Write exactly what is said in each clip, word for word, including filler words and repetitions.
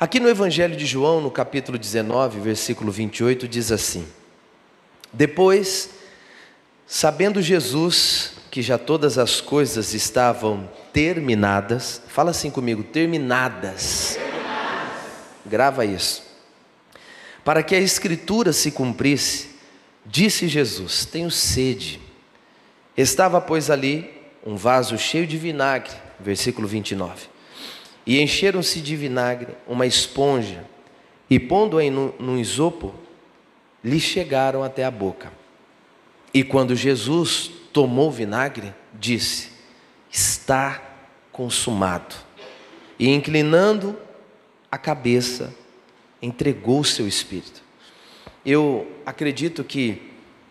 Aqui no Evangelho de João, no capítulo dezenove, versículo vinte e oito, diz assim: Depois, sabendo Jesus que já todas as coisas estavam terminadas, fala assim comigo, terminadas, terminadas. Grava isso, para que a Escritura se cumprisse, disse Jesus: tenho sede. Estava, pois, ali um vaso cheio de vinagre, versículo vinte e nove, e encheram-se de vinagre uma esponja, e pondo-a num isopo, lhe chegaram até a boca. E quando Jesus tomou o vinagre, disse: está consumado. E inclinando a cabeça, entregou o seu espírito. Eu acredito que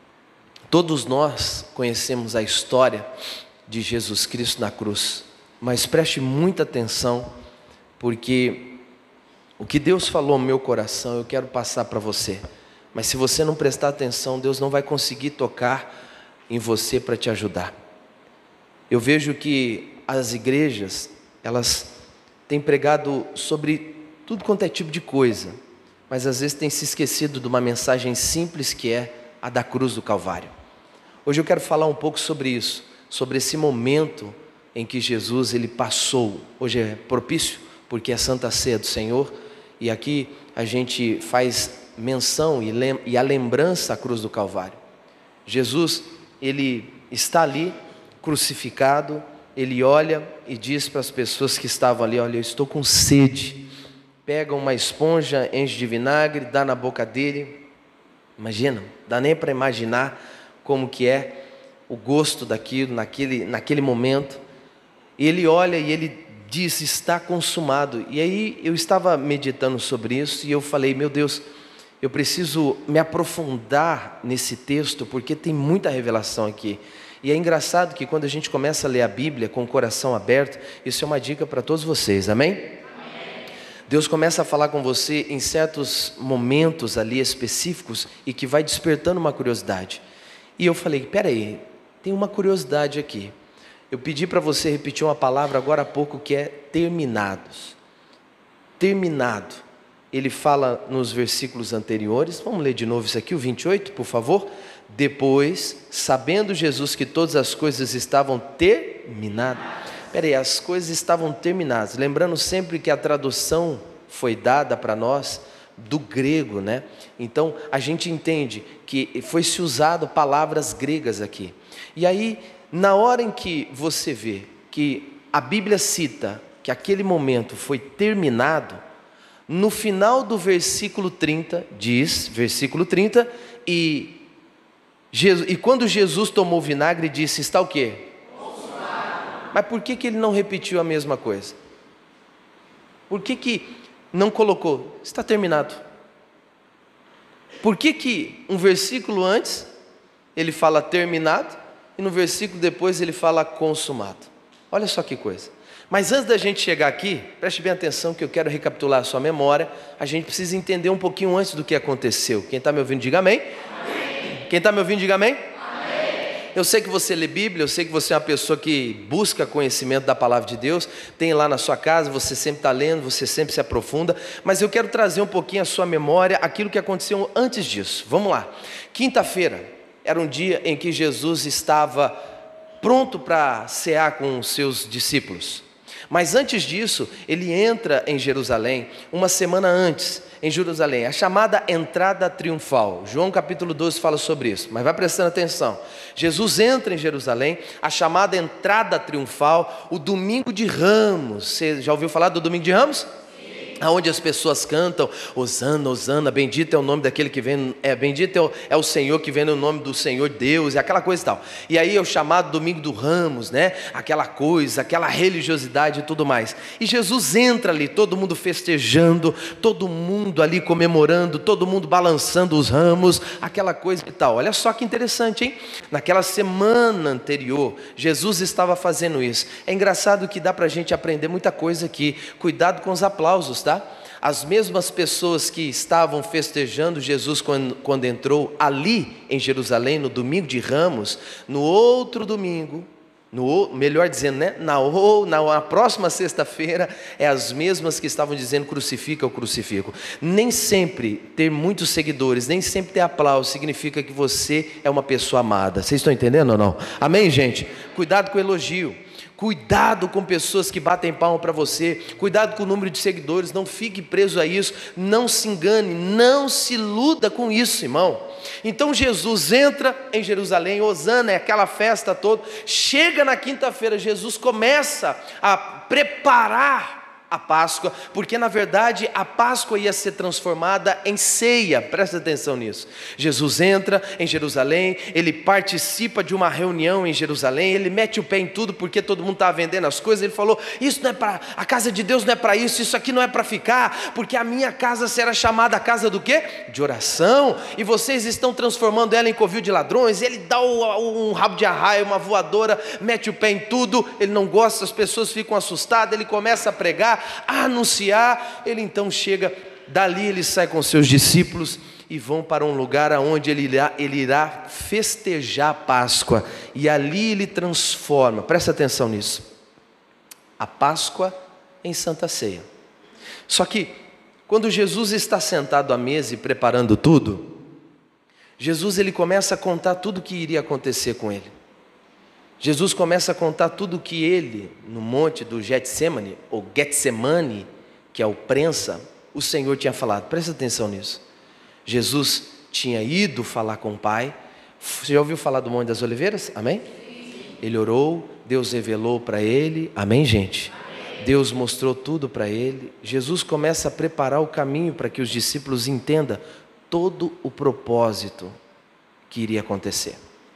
todos nós conhecemos a história de Jesus Cristo na cruz, mas preste muita atenção, porque o que Deus falou no meu coração, eu quero passar para você. Mas se você não prestar atenção, Deus não vai conseguir tocar em você para te ajudar. Eu vejo que as igrejas, elas têm pregado sobre tudo quanto é tipo de coisa, mas às vezes têm se esquecido de uma mensagem simples que é a da cruz do Calvário. Hoje eu quero falar um pouco sobre isso, sobre esse momento em que Jesus ele passou. Hoje é propício, porque é Santa Ceia do Senhor, e aqui a gente faz menção e, lem- e a lembrança à cruz do Calvário. Jesus, ele está ali, crucificado, ele olha e diz para as pessoas que estavam ali: olha, eu estou com sede. Pega uma esponja, enche de vinagre, dá na boca dele. Imagina, dá nem para imaginar como que é o gosto daquilo, naquele, naquele momento. E ele olha e ele diz: está consumado. E aí eu estava meditando sobre isso e eu falei: meu Deus, eu preciso me aprofundar nesse texto, porque tem muita revelação aqui. E é engraçado que quando a gente começa a ler a Bíblia com o coração aberto, isso é uma dica para todos vocês, amém? Amém. Deus começa a falar com você em certos momentos ali específicos e que vai despertando uma curiosidade. E eu falei: peraí, tem uma curiosidade aqui. Eu pedi para você repetir uma palavra agora há pouco que é terminados. Terminado. Ele fala nos versículos anteriores, vamos ler de novo isso aqui, o vinte e oito, por favor. Depois, sabendo Jesus que todas as coisas estavam terminadas. Peraí, as coisas estavam terminadas. Lembrando sempre que a tradução foi dada para nós do grego, né? Então a gente entende que foi-se usado palavras gregas aqui. E aí, na hora em que você vê que a Bíblia cita que aquele momento foi terminado, no final do versículo trinta, diz, versículo trinta, e, Jesus, e quando Jesus tomou o vinagre, disse: está o quê? Consumado. Mas por que que ele não repetiu a mesma coisa? Por que que não colocou: está terminado? Por que que um versículo antes ele fala terminado e no versículo depois ele fala consumado? Olha só que coisa. Mas antes da gente chegar aqui, preste bem atenção que eu quero recapitular a sua memória. A gente precisa entender um pouquinho antes do que aconteceu. Quem está me ouvindo, diga amém. Amém. Quem está me ouvindo, diga amém. Amém. Eu sei que você lê Bíblia, eu sei que você é uma pessoa que busca conhecimento da palavra de Deus. Tem lá na sua casa, você sempre está lendo, você sempre se aprofunda. Mas eu quero trazer um pouquinho à sua memória aquilo que aconteceu antes disso. Vamos lá. Quinta-feira era um dia em que Jesus estava pronto para cear com os seus discípulos. Mas antes disso, ele entra em Jerusalém, uma semana antes, em Jerusalém, a chamada entrada triunfal. João capítulo doze fala sobre isso, mas vai prestando atenção. Jesus entra em Jerusalém, a chamada entrada triunfal, o domingo de Ramos. Você já ouviu falar do domingo de Ramos? Onde as pessoas cantam: Hosana, Hosana, bendito é o nome daquele que vem, é, bendito é o, é o Senhor que vem no nome do Senhor Deus, e aquela coisa e tal. E aí é o chamado domingo do Ramos, né? Aquela coisa, aquela religiosidade e tudo mais. E Jesus entra ali, todo mundo festejando, todo mundo ali comemorando, todo mundo balançando os ramos, aquela coisa e tal. Olha só que interessante, hein? Naquela semana anterior, Jesus estava fazendo isso. É engraçado que dá para a gente aprender muita coisa aqui. Cuidado com os aplausos, tá? As mesmas pessoas que estavam festejando Jesus quando, quando entrou ali em Jerusalém no domingo de Ramos, no outro domingo, No, melhor dizendo, né? na, ou, na, na próxima sexta-feira, é as mesmas que estavam dizendo crucifica ou crucifico. Nem sempre ter muitos seguidores, nem sempre ter aplauso, significa que você é uma pessoa amada. Vocês estão entendendo ou não? Amém, gente? Cuidado com o elogio. Cuidado com pessoas que batem palma para você. Cuidado com o número de seguidores. Não fique preso a isso. Não se engane. Não se iluda com isso, irmão. Então Jesus entra em Jerusalém. Hosana é aquela festa toda. Chega na quinta-feira. Jesus começa a preparar a Páscoa, porque na verdade a Páscoa ia ser transformada em ceia. Presta atenção nisso. Jesus entra em Jerusalém, ele participa de uma reunião em Jerusalém, ele mete o pé em tudo, porque todo mundo estava vendendo as coisas. Ele falou, isso não é para, a casa de Deus não é para isso, isso aqui não é para ficar, porque a minha casa será chamada a casa do quê? De oração, e vocês estão transformando ela em covil de ladrões. Ele dá um rabo de arraia, uma voadora, mete o pé em tudo, ele não gosta, as pessoas ficam assustadas, ele começa a pregar, a anunciar. Ele então chega, dali ele sai com seus discípulos e vão para um lugar onde ele irá, ele irá festejar a Páscoa, e ali ele transforma, presta atenção nisso, a Páscoa em Santa Ceia. Só que quando Jesus está sentado à mesa e preparando tudo, Jesus ele começa a contar tudo o que iria acontecer com ele. Jesus começa a contar tudo que ele, no monte do Getsemane, ou Getsemane, que é o prensa, o Senhor tinha falado. Presta atenção nisso. Jesus tinha ido falar com o Pai. Você já ouviu falar do Monte das Oliveiras? Amém? Ele orou, Deus revelou para ele. Amém, gente? Deus mostrou tudo para ele. Jesus começa a preparar o caminho para que os discípulos entendam todo o propósito que iria acontecer.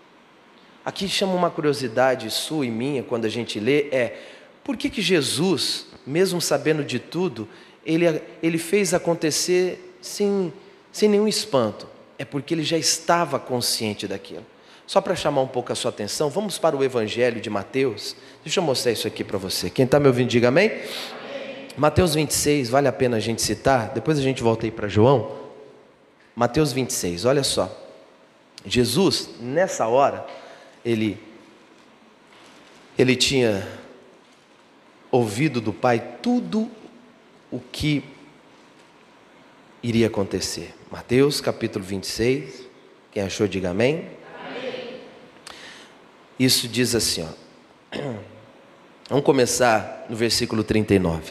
Aqui chama uma curiosidade sua e minha, quando a gente lê, é por que que Jesus, mesmo sabendo de tudo, ele, ele fez acontecer sem, sem nenhum espanto? É porque ele já estava consciente daquilo. Só para chamar um pouco a sua atenção, vamos para o Evangelho de Mateus. Deixa eu mostrar isso aqui para você. Quem está me ouvindo, diga amém. Amém. Mateus vinte e seis, vale a pena a gente citar, depois a gente volta aí para João. Mateus vinte e seis, olha só. Jesus, nessa hora, Ele, ele tinha ouvido do Pai tudo o que iria acontecer. Mateus capítulo vinte e seis, quem achou diga amém. Amém. Isso diz assim, ó. Vamos começar no versículo trinta e nove.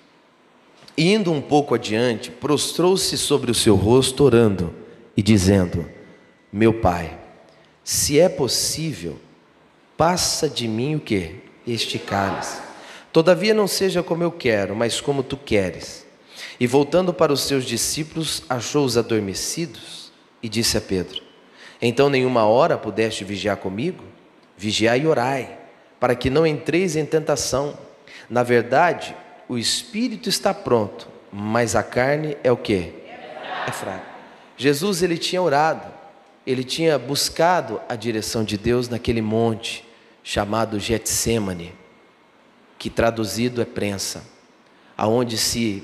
Indo um pouco adiante, prostrou-se sobre o seu rosto, orando e dizendo, meu Pai, se é possível, passa de mim o quê? Este cálice. Todavia não seja como eu quero, mas como tu queres. E voltando para os seus discípulos, achou-os adormecidos e disse a Pedro, então nenhuma hora pudeste vigiar comigo? Vigiai e orai, para que não entreis em tentação. Na verdade, o espírito está pronto, mas a carne é o quê? É fraca. Jesus ele tinha orado. Ele tinha buscado a direção de Deus naquele monte chamado Getsemane, que traduzido é prensa, aonde se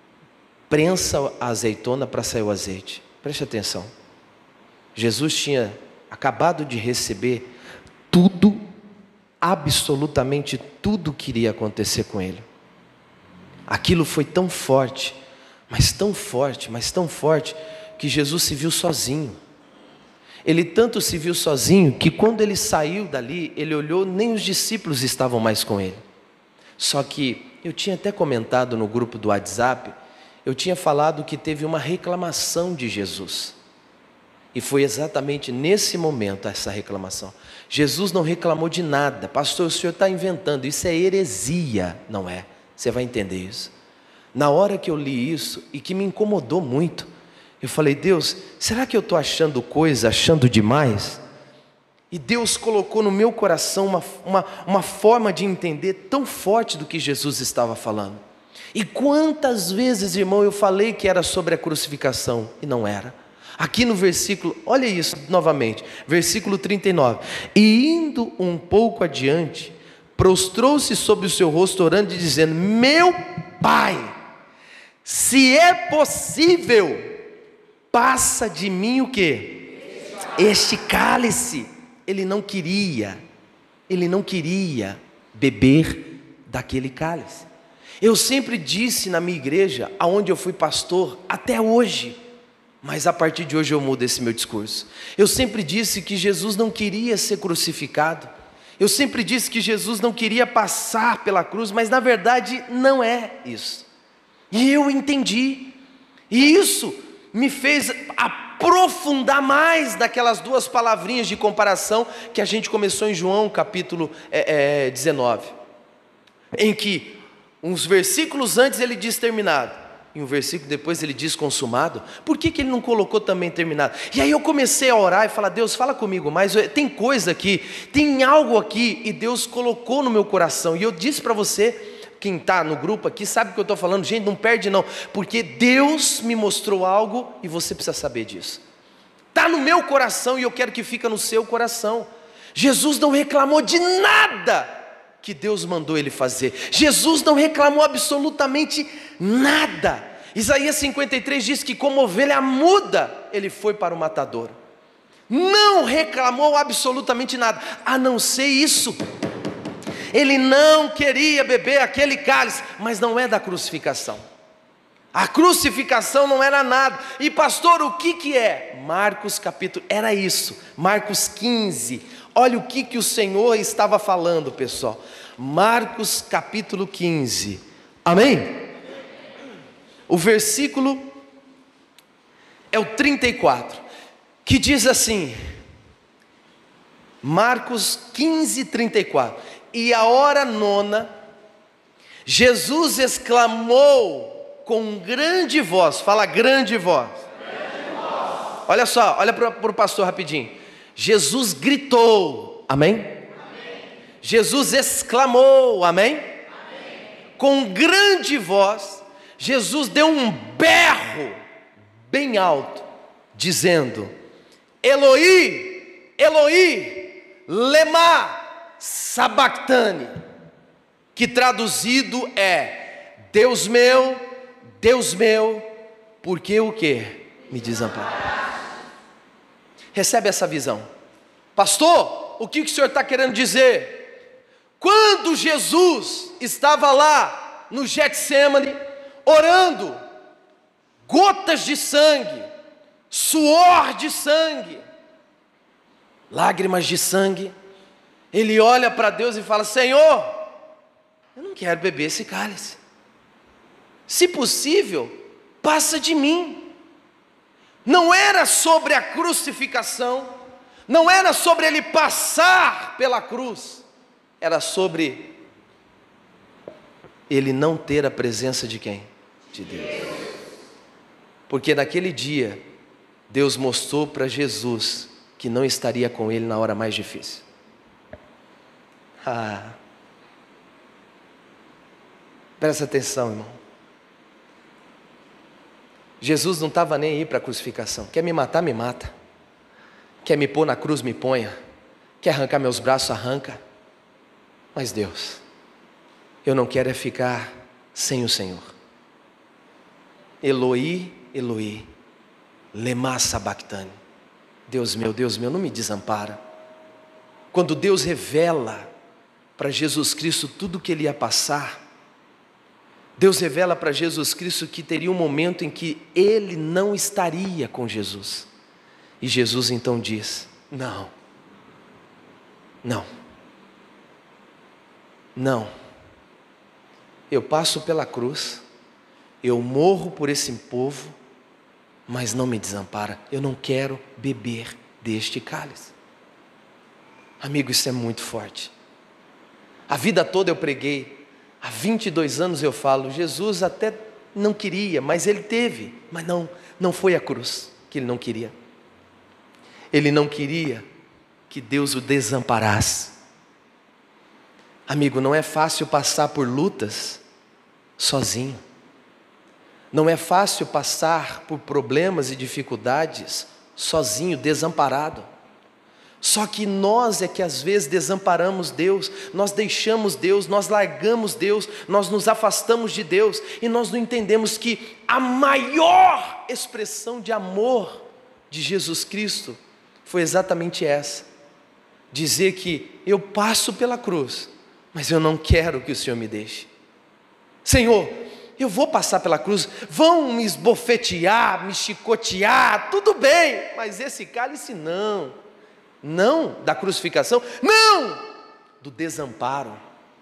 prensa a azeitona para sair o azeite. Preste atenção. Jesus tinha acabado de receber tudo, absolutamente tudo que iria acontecer com ele. Aquilo foi tão forte, mas tão forte, mas tão forte, que Jesus se viu sozinho. Ele tanto se viu sozinho, que quando ele saiu dali, ele olhou, nem os discípulos estavam mais com ele. Só que, eu tinha até comentado no grupo do WhatsApp, eu tinha falado que teve uma reclamação de Jesus. E foi exatamente nesse momento essa reclamação. Jesus não reclamou de nada. Pastor, o senhor está inventando, isso é heresia. Não é, você vai entender isso. Na hora que eu li isso, e que me incomodou muito, eu falei, Deus, será que eu estou achando coisa, achando demais? E Deus colocou no meu coração uma, uma, uma forma de entender tão forte do que Jesus estava falando. E quantas vezes, irmão, eu falei que era sobre a crucificação, e não era. Aqui no versículo, olha isso novamente, versículo trinta e nove. E indo um pouco adiante, prostrou-se sobre o seu rosto, orando e dizendo, meu Pai, se é possível, passa de mim o quê? Este cálice. Ele não queria Ele não queria beber daquele cálice. Eu sempre disse na minha igreja, aonde eu fui pastor, até hoje, mas a partir de hoje eu mudo esse meu discurso. Eu sempre disse que Jesus não queria ser crucificado. Eu sempre disse que Jesus não queria passar pela cruz, mas na verdade não é isso. E eu entendi. E isso me fez aprofundar mais daquelas duas palavrinhas de comparação que a gente começou em João capítulo é, é, dezenove. Em que uns versículos antes ele diz terminado, e um versículo depois ele diz consumado. Por que que ele não colocou também terminado? E aí eu comecei a orar e falar: Deus, fala comigo, mas tem coisa aqui, tem algo aqui, e Deus colocou no meu coração. E eu disse para você, quem está no grupo aqui sabe o que eu estou falando, gente, não perde não, porque Deus me mostrou algo e você precisa saber disso. Está no meu coração e eu quero que fique no seu coração. Jesus não reclamou de nada que Deus mandou ele fazer. Jesus não reclamou absolutamente nada. Isaías cinquenta e três diz que como ovelha muda, ele foi para o matadouro. Não reclamou absolutamente nada, a não ser isso. Ele não queria beber aquele cálice, mas não é da crucificação. A crucificação não era nada. E pastor, o que que é? Marcos capítulo, era isso, Marcos quinze. Olha o que que o Senhor estava falando, pessoal. Marcos capítulo quinze. Amém? O versículo é o trinta e quatro, que diz assim, Marcos quinze, trinta e quatro. E a hora nona, Jesus exclamou com grande voz, fala grande voz. Grande voz. Olha só, olha para o pastor rapidinho. Jesus gritou, amém? Amém? Jesus exclamou, amém? Amém? Com grande voz, Jesus deu um berro bem alto, dizendo: Eloi, Eloi, lema sabactani, que traduzido é: Deus meu, Deus meu, por que o que? Me desamparou. Recebe essa visão. Pastor, o que o senhor está querendo dizer? Quando Jesus estava lá no Getsêmani, orando, gotas de sangue, suor de sangue, lágrimas de sangue, ele olha para Deus e fala: Senhor, eu não quero beber esse cálice, se possível, passa de mim. Não era sobre a crucificação, não era sobre ele passar pela cruz, era sobre ele não ter a presença de quem? De Deus. Porque naquele dia, Deus mostrou para Jesus que não estaria com ele na hora mais difícil. Ah, presta atenção, irmão. Jesus não estava nem aí para a crucificação. Quer me matar, me mata. Quer me pôr na cruz, me ponha. Quer arrancar meus braços, arranca. Mas Deus, eu não quero é ficar sem o Senhor. Eloi, Eloi, lema sabactani. Deus meu, Deus meu, não me desampara. Quando Deus revela para Jesus Cristo tudo o que ele ia passar, Deus revela para Jesus Cristo que teria um momento em que ele não estaria com Jesus. E Jesus então diz: não, não, não, eu passo pela cruz, eu morro por esse povo, mas não me desampara, eu não quero beber deste cálice. Amigo, isso é muito forte. A vida toda eu preguei, há vinte e dois anos eu falo, Jesus até não queria, mas ele teve, mas não, não foi a cruz que ele não queria. Ele não queria que Deus o desamparasse. Amigo, não é fácil passar por lutas sozinho. Não é fácil passar por problemas e dificuldades sozinho, desamparado. Só que nós é que às vezes desamparamos Deus, nós deixamos Deus, nós largamos Deus, nós nos afastamos de Deus e nós não entendemos que a maior expressão de amor de Jesus Cristo foi exatamente essa. dizer que eu passo pela cruz, mas eu não quero que o Senhor me deixe. Senhor, eu vou passar pela cruz, vão me esbofetear, me chicotear, tudo bem, mas esse cálice não, não da crucificação, não, do desamparo,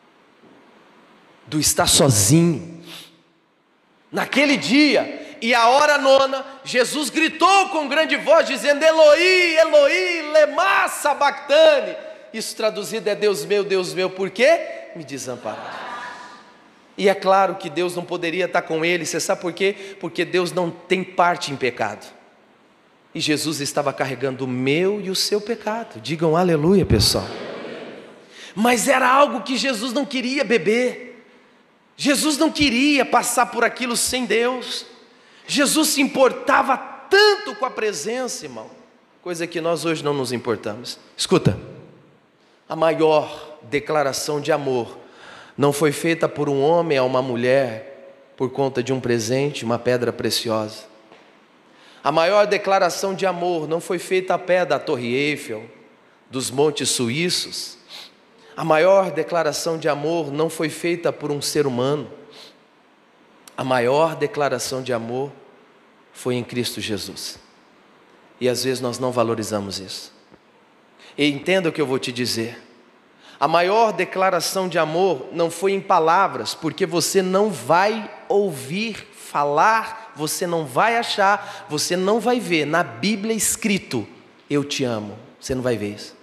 do estar sozinho. Naquele dia, e a hora nona, Jesus gritou com grande voz, dizendo: Eloi, Eloi, lema sabachthani. Isso traduzido é: Deus meu, Deus meu, por que me desamparaste? E é claro que Deus não poderia estar com ele. Você sabe por quê? Porque Deus não tem parte em pecado, e Jesus estava carregando o meu e o seu pecado. Digam aleluia, pessoal. Mas era algo que Jesus não queria beber. Jesus não queria passar por aquilo sem Deus. Jesus se importava tanto com a presença, irmão, coisa que nós hoje não nos importamos. Escuta, a maior declaração de amor não foi feita por um homem a uma mulher por conta de um presente, uma pedra preciosa. A maior declaração de amor não foi feita a pé da Torre Eiffel, dos montes suíços. A maior declaração de amor não foi feita por um ser humano. A maior declaração de amor foi em Cristo Jesus. E às vezes nós não valorizamos isso. E entenda o que eu vou te dizer. A maior declaração de amor não foi em palavras, porque você não vai ouvir falar, você não vai achar, você não vai ver na Bíblia escrito: eu te amo. Você não vai ver isso.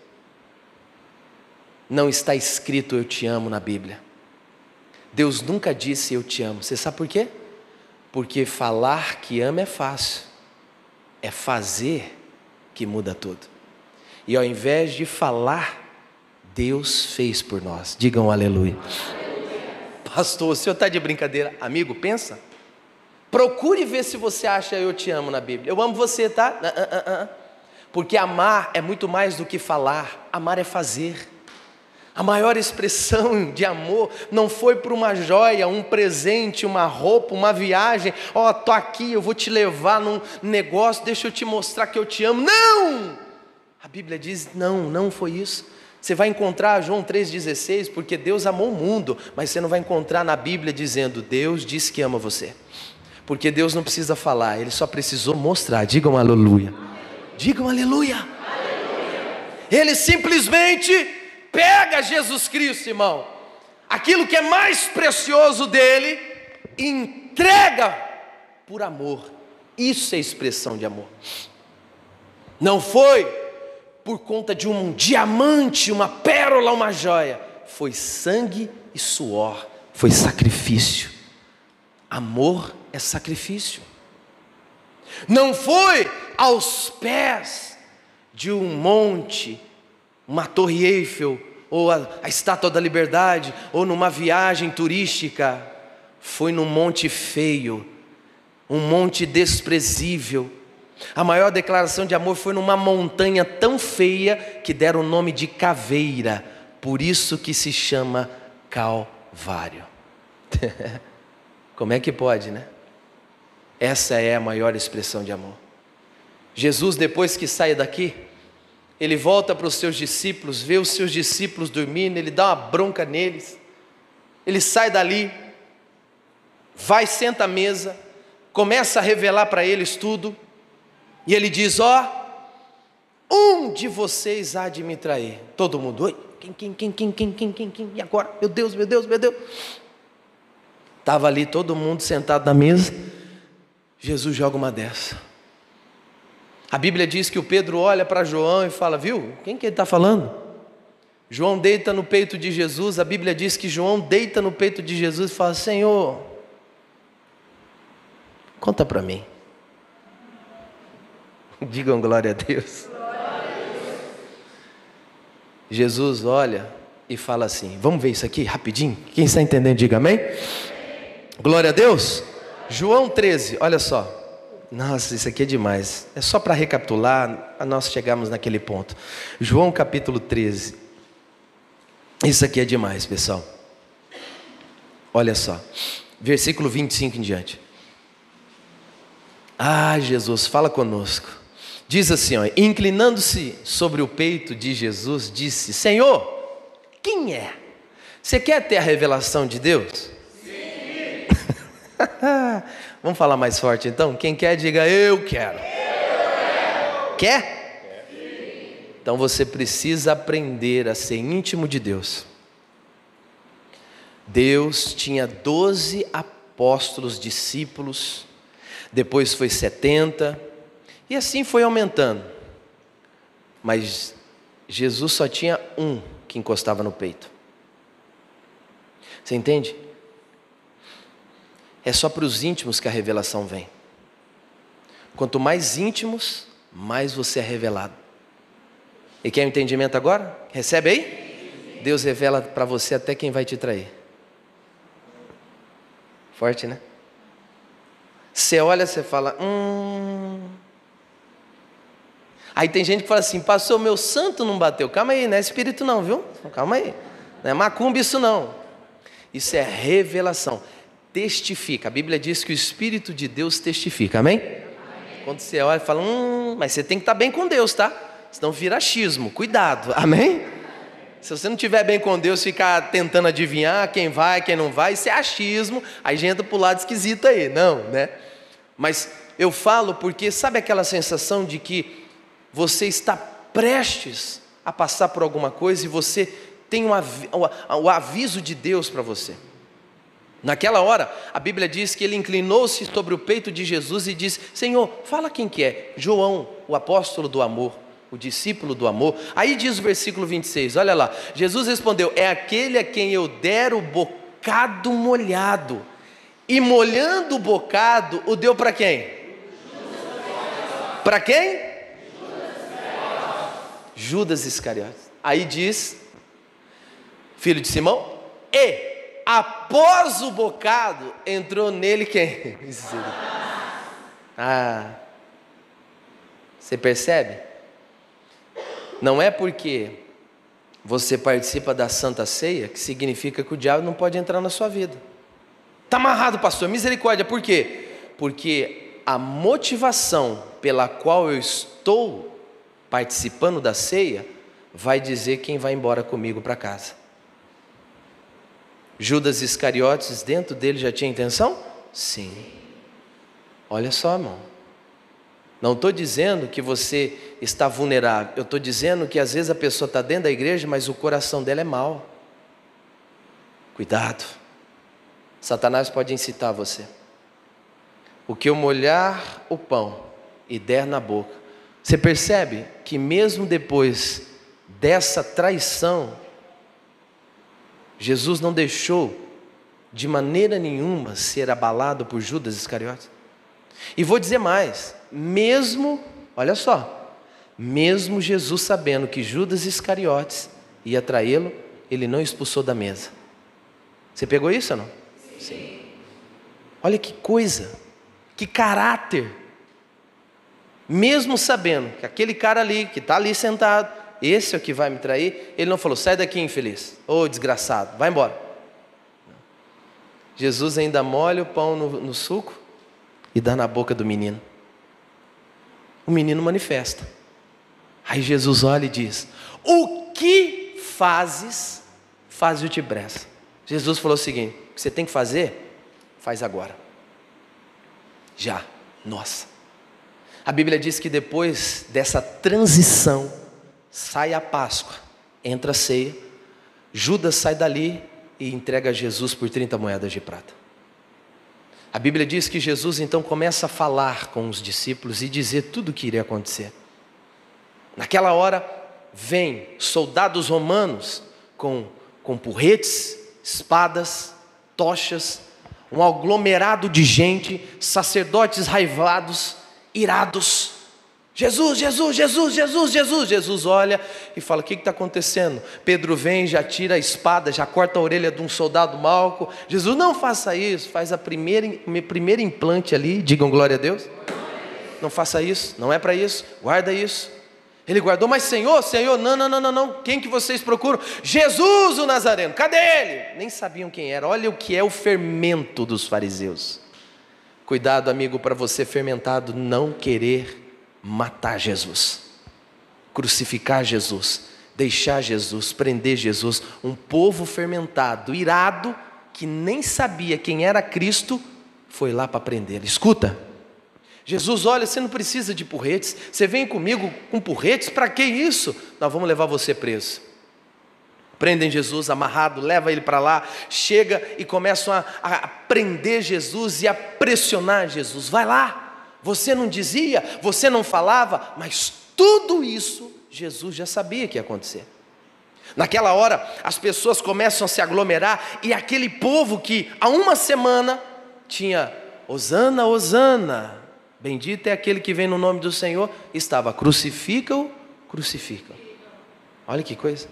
Não está escrito eu te amo na Bíblia. Deus nunca disse eu te amo. Você sabe por quê? Porque falar que ama é fácil, é fazer que muda tudo. E ao invés de falar, Deus fez por nós. Digam aleluia. Pastor, o senhor está de brincadeira? Amigo, pensa. Procure ver se você acha eu te amo na Bíblia. Eu amo você, tá? Uh, uh, uh, uh. Porque amar é muito mais do que falar. Amar é fazer. A maior expressão de amor não foi por uma joia, um presente, uma roupa, uma viagem. Ó, oh, tô aqui, eu vou te levar num negócio, deixa eu te mostrar que eu te amo. Não! A Bíblia diz, não, não foi isso. Você vai encontrar João três dezesseis, porque Deus amou o mundo, mas você não vai encontrar na Bíblia dizendo, Deus disse que ama você. Porque Deus não precisa falar, Ele só precisou mostrar. Digam aleluia. Digam aleluia. Aleluia. Ele simplesmente pega Jesus Cristo, irmão, aquilo que é mais precioso dele, e entrega por amor. Isso é expressão de amor. Não foi por conta de um diamante, uma pérola, uma joia. Foi sangue e suor, foi sacrifício. Amor é sacrifício. Não foi aos pés de um monte, uma Torre Eiffel, ou a, a Estátua da Liberdade, ou numa viagem turística. Foi num monte feio, um monte desprezível. A maior declaração de amor foi numa montanha tão feia que deram o nome de caveira, por isso que se chama Calvário. Como é que pode, né? Essa é a maior expressão de amor. Jesus, depois que sai daqui, Ele volta para os seus discípulos, vê os seus discípulos dormindo, Ele dá uma bronca neles. Ele sai dali, vai, senta à mesa, começa a revelar para eles tudo. E Ele diz, ó, um de vocês há de me trair. Todo mundo, oi, quem, quem, quem, quem, quem, quem, quem, quem, e agora? Meu Deus, meu Deus, meu Deus. Estava ali todo mundo sentado na mesa, Jesus joga uma dessa. A Bíblia diz que o Pedro olha para João e fala, viu, quem que ele está falando? João deita no peito de Jesus, a Bíblia diz que João deita no peito de Jesus e fala, Senhor, conta para mim. Digam glória a Deus. Glória a Deus. Jesus olha e fala assim, vamos ver isso aqui rapidinho? Quem está entendendo, diga amém. Glória a Deus. João treze, olha só. Nossa, isso aqui é demais. É só para recapitular, a nós chegarmos naquele ponto. João capítulo treze. Isso aqui é demais, pessoal. Olha só. Versículo vinte e cinco em diante. Ah, Jesus, fala conosco. Diz assim, ó, inclinando-se sobre o peito de Jesus, disse: Senhor, quem é? Você quer ter a revelação de Deus? Sim. Vamos falar mais forte então? Quem quer, diga: eu quero. Eu quero. Quer? Sim. Então você precisa aprender a ser íntimo de Deus. Deus tinha doze apóstolos, discípulos, depois foi setenta, e assim foi aumentando. Mas Jesus só tinha um que encostava no peito. Você entende? É só para os íntimos que a revelação vem. Quanto mais íntimos, mais você é revelado. E quer um entendimento agora? Recebe aí? Deus revela para você até quem vai te trair. Forte, né? Você olha, você fala, hum... Aí tem gente que fala assim: pastor, meu santo não bateu. Calma aí, não é espírito não, viu? Calma aí. Não é macumba isso não. Isso é revelação. Testifica. A Bíblia diz que o Espírito de Deus testifica, amém? Amém. Quando você olha e fala, hum, mas você tem que estar bem com Deus, tá? Senão vira achismo. Cuidado, amém? Se você não estiver bem com Deus, ficar tentando adivinhar quem vai, quem não vai, isso é achismo, aí já entra para o lado esquisito aí, não, né? Mas eu falo porque sabe aquela sensação de que você está prestes a passar por alguma coisa e você tem um avi- o aviso de Deus para você. Naquela hora, a Bíblia diz que ele inclinou-se sobre o peito de Jesus e disse: Senhor, fala quem que é. João, o apóstolo do amor, o discípulo do amor. Aí diz o versículo vinte e seis, olha lá. Jesus respondeu: é aquele a quem eu der o bocado molhado. E molhando o bocado, o deu para quem? Para quem? Judas Iscariotes. Aí diz, filho de Simão, e após o bocado, entrou nele quem? Ah, você percebe? Não é porque você participa da Santa Ceia que significa que o diabo não pode entrar na sua vida. Está amarrado, pastor, misericórdia, por quê? Porque a motivação pela qual eu estou participando da ceia vai dizer quem vai embora comigo para casa. Judas Iscariotes, dentro dele já tinha intenção? Sim. Olha só, irmão. Não estou dizendo que você está vulnerável. Eu estou dizendo que às vezes a pessoa está dentro da igreja, mas o coração dela é mau. Cuidado. Satanás pode incitar você. O que eu molhar o pão e der na boca. Você percebe que mesmo depois dessa traição, Jesus não deixou de maneira nenhuma ser abalado por Judas Iscariotes. E vou dizer mais, mesmo, olha só, mesmo Jesus sabendo que Judas Iscariotes ia traí-lo, ele não expulsou da mesa. Você pegou isso ou não? Sim. Olha que coisa, que caráter. Mesmo sabendo que aquele cara ali, que está ali sentado, esse é o que vai me trair, ele não falou: sai daqui, infeliz, ô oh, desgraçado, vai embora. Jesus ainda molha o pão no, no suco e dá na boca do menino. O menino manifesta. Aí Jesus olha e diz: o que fazes, faze-o depressa. Jesus falou o seguinte: o que você tem que fazer, faz agora. Já, nossa. A Bíblia diz que depois dessa transição, sai a Páscoa, entra a ceia, Judas sai dali e entrega Jesus por trinta moedas de prata. A Bíblia diz que Jesus então começa a falar com os discípulos e dizer tudo o que iria acontecer. Naquela hora, vem soldados romanos com, com porretes, espadas, tochas, um aglomerado de gente, sacerdotes raivados, irados. Jesus, Jesus, Jesus, Jesus, Jesus. Jesus olha e fala: o que está acontecendo? Pedro vem, já tira a espada, já corta a orelha de um soldado malco. Jesus: não faça isso, faz a primeira, primeira implante ali, digam glória a Deus. Não faça isso, não é para isso, guarda isso. Ele guardou: mas Senhor, Senhor, não, não, não, não, não. Quem que vocês procuram? Jesus o Nazareno, cadê ele? Nem sabiam quem era. Olha o que é o fermento dos fariseus. Cuidado, amigo, para você fermentado não querer matar Jesus, crucificar Jesus, deixar Jesus, prender Jesus. Um povo fermentado, irado, que nem sabia quem era Cristo, foi lá para prender. Escuta, Jesus, olha, você não precisa de porretes, você vem comigo com porretes, para que isso? Nós vamos levar você preso. Prendem Jesus amarrado, leva ele para lá, chega e começam a, a prender Jesus e a pressionar Jesus. Vai lá, você não dizia, você não falava, mas tudo isso Jesus já sabia que ia acontecer. Naquela hora, as pessoas começam a se aglomerar e aquele povo que há uma semana tinha Hosana, Hosana, bendito é aquele que vem no nome do Senhor, estava crucifica-o, crucifica-o. Olha que coisa.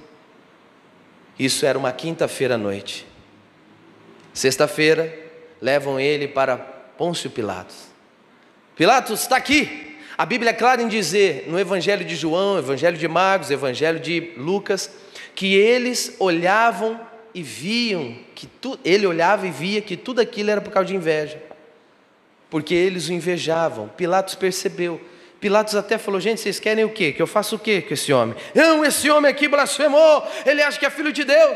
Isso era uma quinta-feira à noite. Sexta-feira, levam ele para Pôncio Pilatos. Pilatos, está aqui. A Bíblia é clara em dizer, no Evangelho de João, Evangelho de Marcos, Evangelho de Lucas, que eles olhavam e viam, que tu, ele olhava e via que tudo aquilo era por causa de inveja, porque eles o invejavam. Pilatos percebeu. Pilatos até falou, gente, vocês querem o quê? Que eu faça o quê com esse homem? Não, esse homem aqui blasfemou, ele acha que é filho de Deus.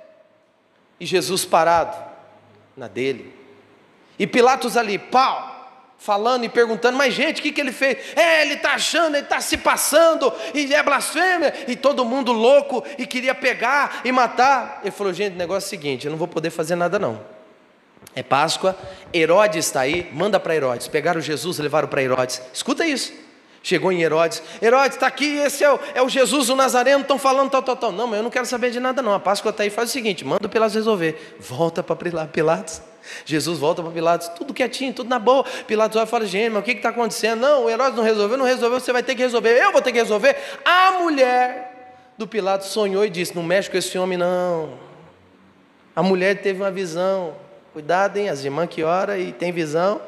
E Jesus parado na dele. E Pilatos ali, pau, falando e perguntando, mas gente, o que, que ele fez? É, ele está achando, ele está se passando, e é blasfêmia, e todo mundo louco, e queria pegar e matar. Ele falou, gente, o negócio é o seguinte, eu não vou poder fazer nada não. É Páscoa, Herodes está aí, manda para Herodes. Pegaram Jesus, levaram para Herodes. Escuta isso. Chegou em Herodes, Herodes está aqui, esse é o, é o Jesus o Nazareno, estão falando tal, tal, tal. Não, mas eu não quero saber de nada não, a Páscoa está aí, faz o seguinte, manda o Pilatos resolver. Volta para Pilatos. Jesus volta para Pilatos, tudo quietinho, tudo na boa. Pilatos olha e fala, gente, mas o que está acontecendo? Não, o Herodes não resolveu, não resolveu, você vai ter que resolver, eu vou ter que resolver. A mulher do Pilatos sonhou e disse, não mexe com esse homem não. A mulher teve uma visão. Cuidado, hein, as irmãs que oram e tem visão.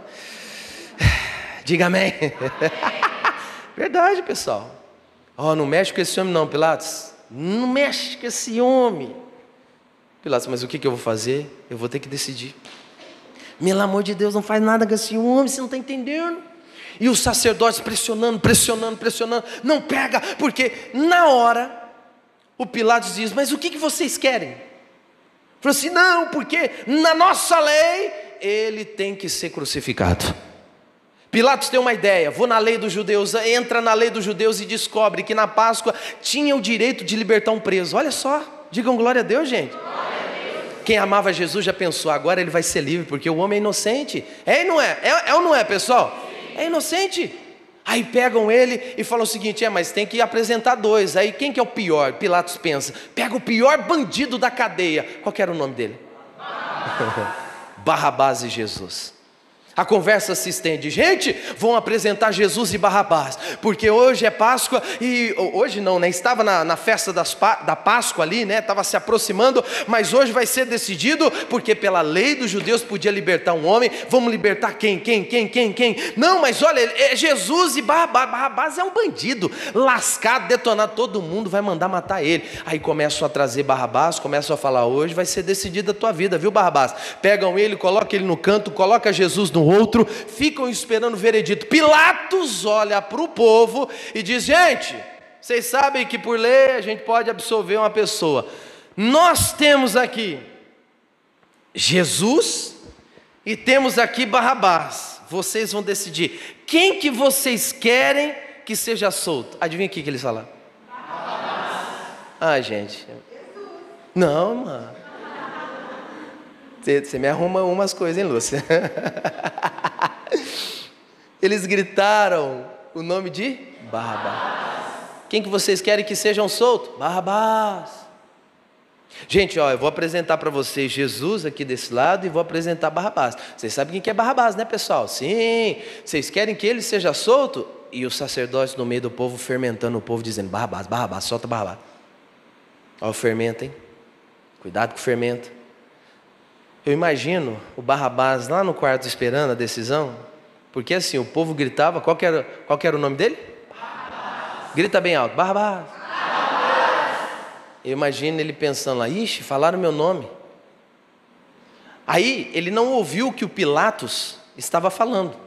Diga amém. Verdade, pessoal. Ó, oh, não mexe com esse homem não, Pilatos. Não mexe com esse homem. Pilatos, mas o que, que eu vou fazer? Eu vou ter que decidir. Pelo amor de Deus, não faz nada com esse homem, você não está entendendo. E os sacerdotes pressionando, pressionando, pressionando. Não pega, porque na hora, o Pilatos diz, mas o que, que vocês querem? Falou assim, não, porque na nossa lei, ele tem que ser crucificado. Pilatos tem uma ideia, vou na lei dos judeus, entra na lei dos judeus e descobre que na Páscoa tinha o direito de libertar um preso. Olha só, digam glória a Deus, gente. Glória a Deus. Quem amava Jesus já pensou, agora ele vai ser livre, porque o homem é inocente. É ou não é? É, é ou não é, pessoal? Sim. É inocente. Aí pegam ele e falam o seguinte, é, mas tem que apresentar dois. Aí quem que é o pior? Pilatos pensa, pega o pior bandido da cadeia. Qual que era o nome dele? Barrabás, Barrabás e Jesus. A conversa se estende, gente, vão apresentar Jesus e Barrabás, porque hoje é Páscoa, e hoje não, né? Estava na, na festa das, da Páscoa ali, né? Estava se aproximando, mas hoje vai ser decidido, porque pela lei dos judeus podia libertar um homem. Vamos libertar quem, quem, quem, quem, quem? Não, mas olha, é Jesus e Barrabás. Barrabás é um bandido, lascado, detonado, todo mundo vai mandar matar ele. Aí começam a trazer Barrabás, começam a falar, hoje vai ser decidida a tua vida, viu, Barrabás? Pegam ele, colocam ele no canto, coloca Jesus no outro, ficam esperando o veredito. Pilatos olha para o povo e diz, gente, vocês sabem que por lei a gente pode absolver uma pessoa. Nós temos aqui Jesus e temos aqui Barrabás. Vocês vão decidir quem que vocês querem que seja solto. Adivinha o que, que eles falaram? Barrabás. Ah, gente, não, mano. Você me arruma umas coisas, hein, Lúcia? Eles gritaram o nome de Barrabás. Quem que vocês querem que sejam soltos? Barrabás. Gente, ó, eu vou apresentar para vocês Jesus aqui desse lado e vou apresentar Barrabás. Vocês sabem quem que é Barrabás, né, pessoal? Sim. Vocês querem que ele seja solto? E os sacerdotes no meio do povo fermentando o povo, dizendo, Barrabás, Barrabás, solta Barrabás. Ó o fermento, hein? Cuidado com o fermento. Eu imagino o Barrabás lá no quarto esperando a decisão, porque assim, o povo gritava, qual que era, qual que era o nome dele? Barrabás. Grita bem alto, Barrabás. Barrabás. Eu imagino ele pensando lá, ixi, falaram meu nome. Aí ele não ouviu o que o Pilatos estava falando,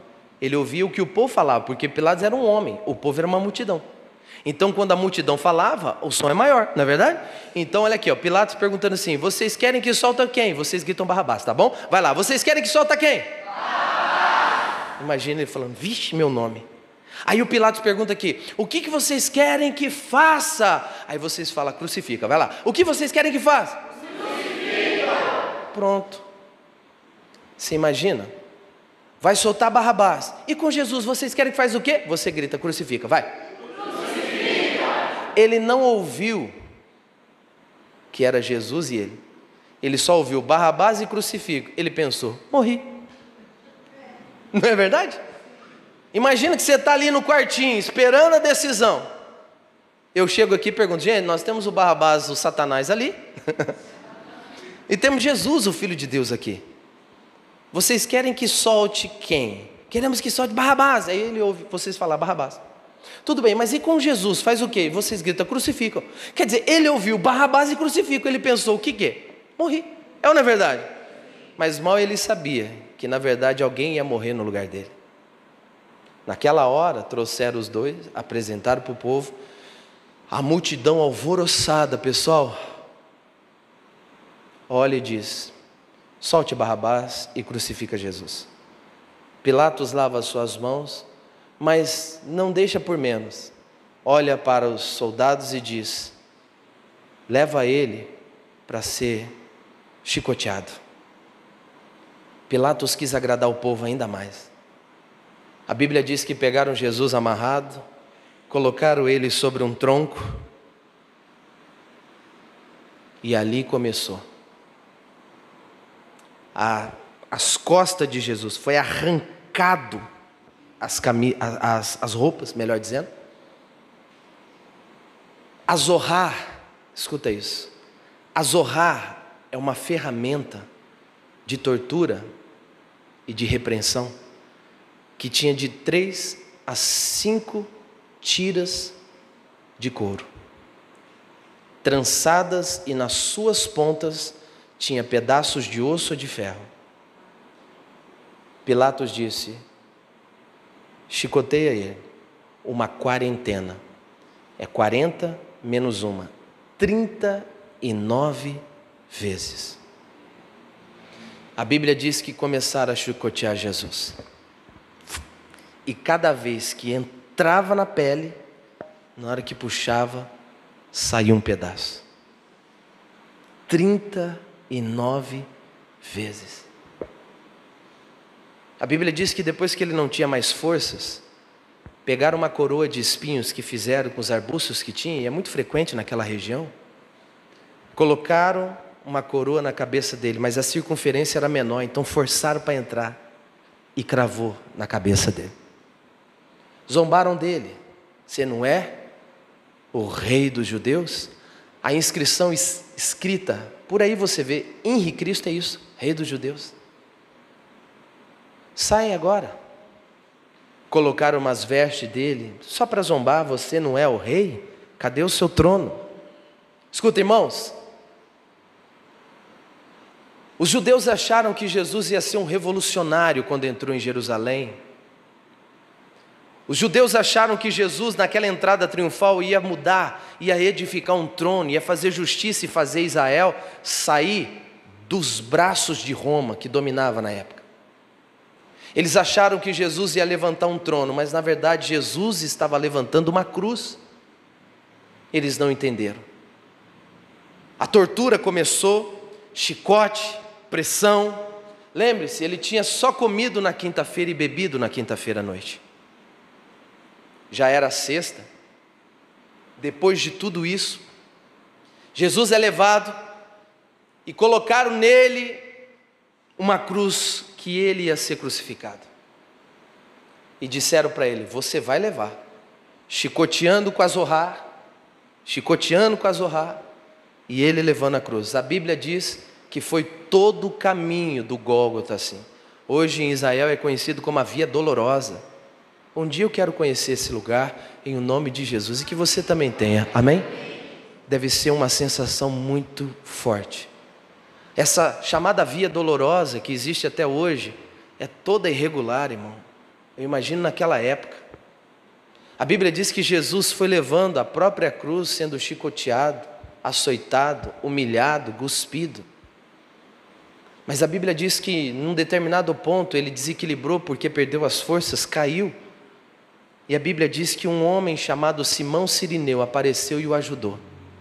Ele ouvia o que o povo falava, porque Pilatos era um homem, o povo era uma multidão. Então, quando a multidão falava, o som é maior, não é verdade? Então, olha aqui, ó, Pilatos perguntando assim: vocês querem que solta quem? Vocês gritam Barrabás, tá bom? Vai lá, vocês querem que solta quem? Barrabás! Imagina ele falando: vixe, meu nome. Aí o Pilatos pergunta aqui: o que, que vocês querem que faça? Aí vocês falam: crucifica, vai lá. O que vocês querem que faça? Crucifica! Pronto. Você imagina? Vai soltar Barrabás. E com Jesus, vocês querem que faz o quê? Você grita: crucifica, vai. Crucifica! Ele não ouviu que era Jesus e ele. Ele só ouviu Barrabás e crucifica. Ele pensou: morri. Não é verdade? Imagina que você está ali no quartinho, esperando a decisão. Eu chego aqui e pergunto: gente, nós temos o Barrabás, o Satanás ali. E temos Jesus, o Filho de Deus aqui. Vocês querem que solte quem? Queremos que solte Barrabás. Aí ele ouve vocês falar Barrabás. Tudo bem, mas e com Jesus? Faz o quê? Vocês gritam: crucificam. Quer dizer, ele ouviu Barrabás e crucificam. Ele pensou: o que que é? Morri. É ou não é verdade? Mas mal ele sabia que na verdade alguém ia morrer no lugar dele. Naquela hora, trouxeram os dois, apresentaram para o povo, a multidão alvoroçada. Pessoal, olha e diz: solte Barrabás e crucifica Jesus. Pilatos lava as suas mãos, mas não deixa por menos. Olha para os soldados e diz: leva ele para ser chicoteado. Pilatos quis agradar o povo ainda mais. A Bíblia diz que pegaram Jesus amarrado, colocaram ele sobre um tronco, e ali começou. A, as costas de Jesus, foi arrancado as, cami, as, as roupas, melhor dizendo. Azorrar, escuta isso, azorrar é uma ferramenta de tortura e de repreensão, que tinha de três a cinco tiras de couro, trançadas, e nas suas pontas tinha pedaços de osso ou de ferro. Pilatos disse: chicoteia ele, uma quarentena, é quarenta menos uma, trinta e nove vezes. A Bíblia diz que começaram a chicotear Jesus. E cada vez que entrava na pele, na hora que puxava, saía um pedaço. trinta e nove vezes. A Bíblia diz que depois que ele não tinha mais forças, pegaram uma coroa de espinhos que fizeram com os arbustos que tinha, e é muito frequente naquela região, colocaram uma coroa na cabeça dele, mas a circunferência era menor, então forçaram para entrar e cravou na cabeça dele. Zombaram dele: você não é o rei dos judeus? A inscrição es- escrita, por aí você vê, Henri Cristo é isso, rei dos judeus. Sai agora. Colocaram umas vestes dele, só para zombar: você não é o rei? Cadê o seu trono? Escuta, irmãos, os judeus acharam que Jesus ia ser um revolucionário quando entrou em Jerusalém. Os judeus acharam que Jesus, naquela entrada triunfal, ia mudar, ia edificar um trono, ia fazer justiça e fazer Israel sair dos braços de Roma, que dominava na época. Eles acharam que Jesus ia levantar um trono, mas na verdade Jesus estava levantando uma cruz. Eles não entenderam. A tortura começou, chicote, pressão. Lembre-se, ele tinha só comido na quinta-feira e bebido na quinta-feira à noite. Já era sexta. Depois de tudo isso, Jesus é levado e colocaram nele uma cruz que ele ia ser crucificado. E disseram para ele: você vai levar, chicoteando com a zorrar, chicoteando com a zorrar, e ele levando a cruz. A Bíblia diz que foi todo o caminho do Gólgota assim. Hoje em Israel é conhecido como a Via Dolorosa. Um dia eu quero conhecer esse lugar em nome de Jesus, e que você também tenha, amém? Deve ser uma sensação muito forte. Essa chamada Via Dolorosa, que existe até hoje, é toda irregular, irmão. Eu imagino naquela época. A Bíblia diz que Jesus foi levando a própria cruz, sendo chicoteado, açoitado, humilhado, cuspido. Mas a Bíblia diz que num determinado ponto ele desequilibrou porque perdeu as forças, caiu. E a Bíblia diz que um homem chamado Simão Cirineu apareceu e o ajudou.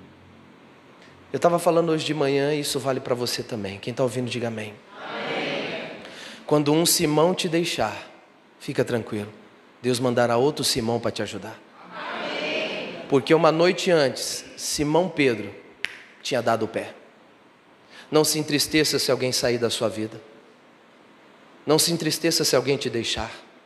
Eu estava falando hoje de manhã e isso vale para você também. Quem está ouvindo, diga amém. Amém. Quando um Simão te deixar, fica tranquilo. Deus mandará outro Simão para te ajudar. Amém. Porque uma noite antes, Simão Pedro tinha dado o pé. Não se entristeça se alguém sair da sua vida. Não se entristeça se alguém te deixar.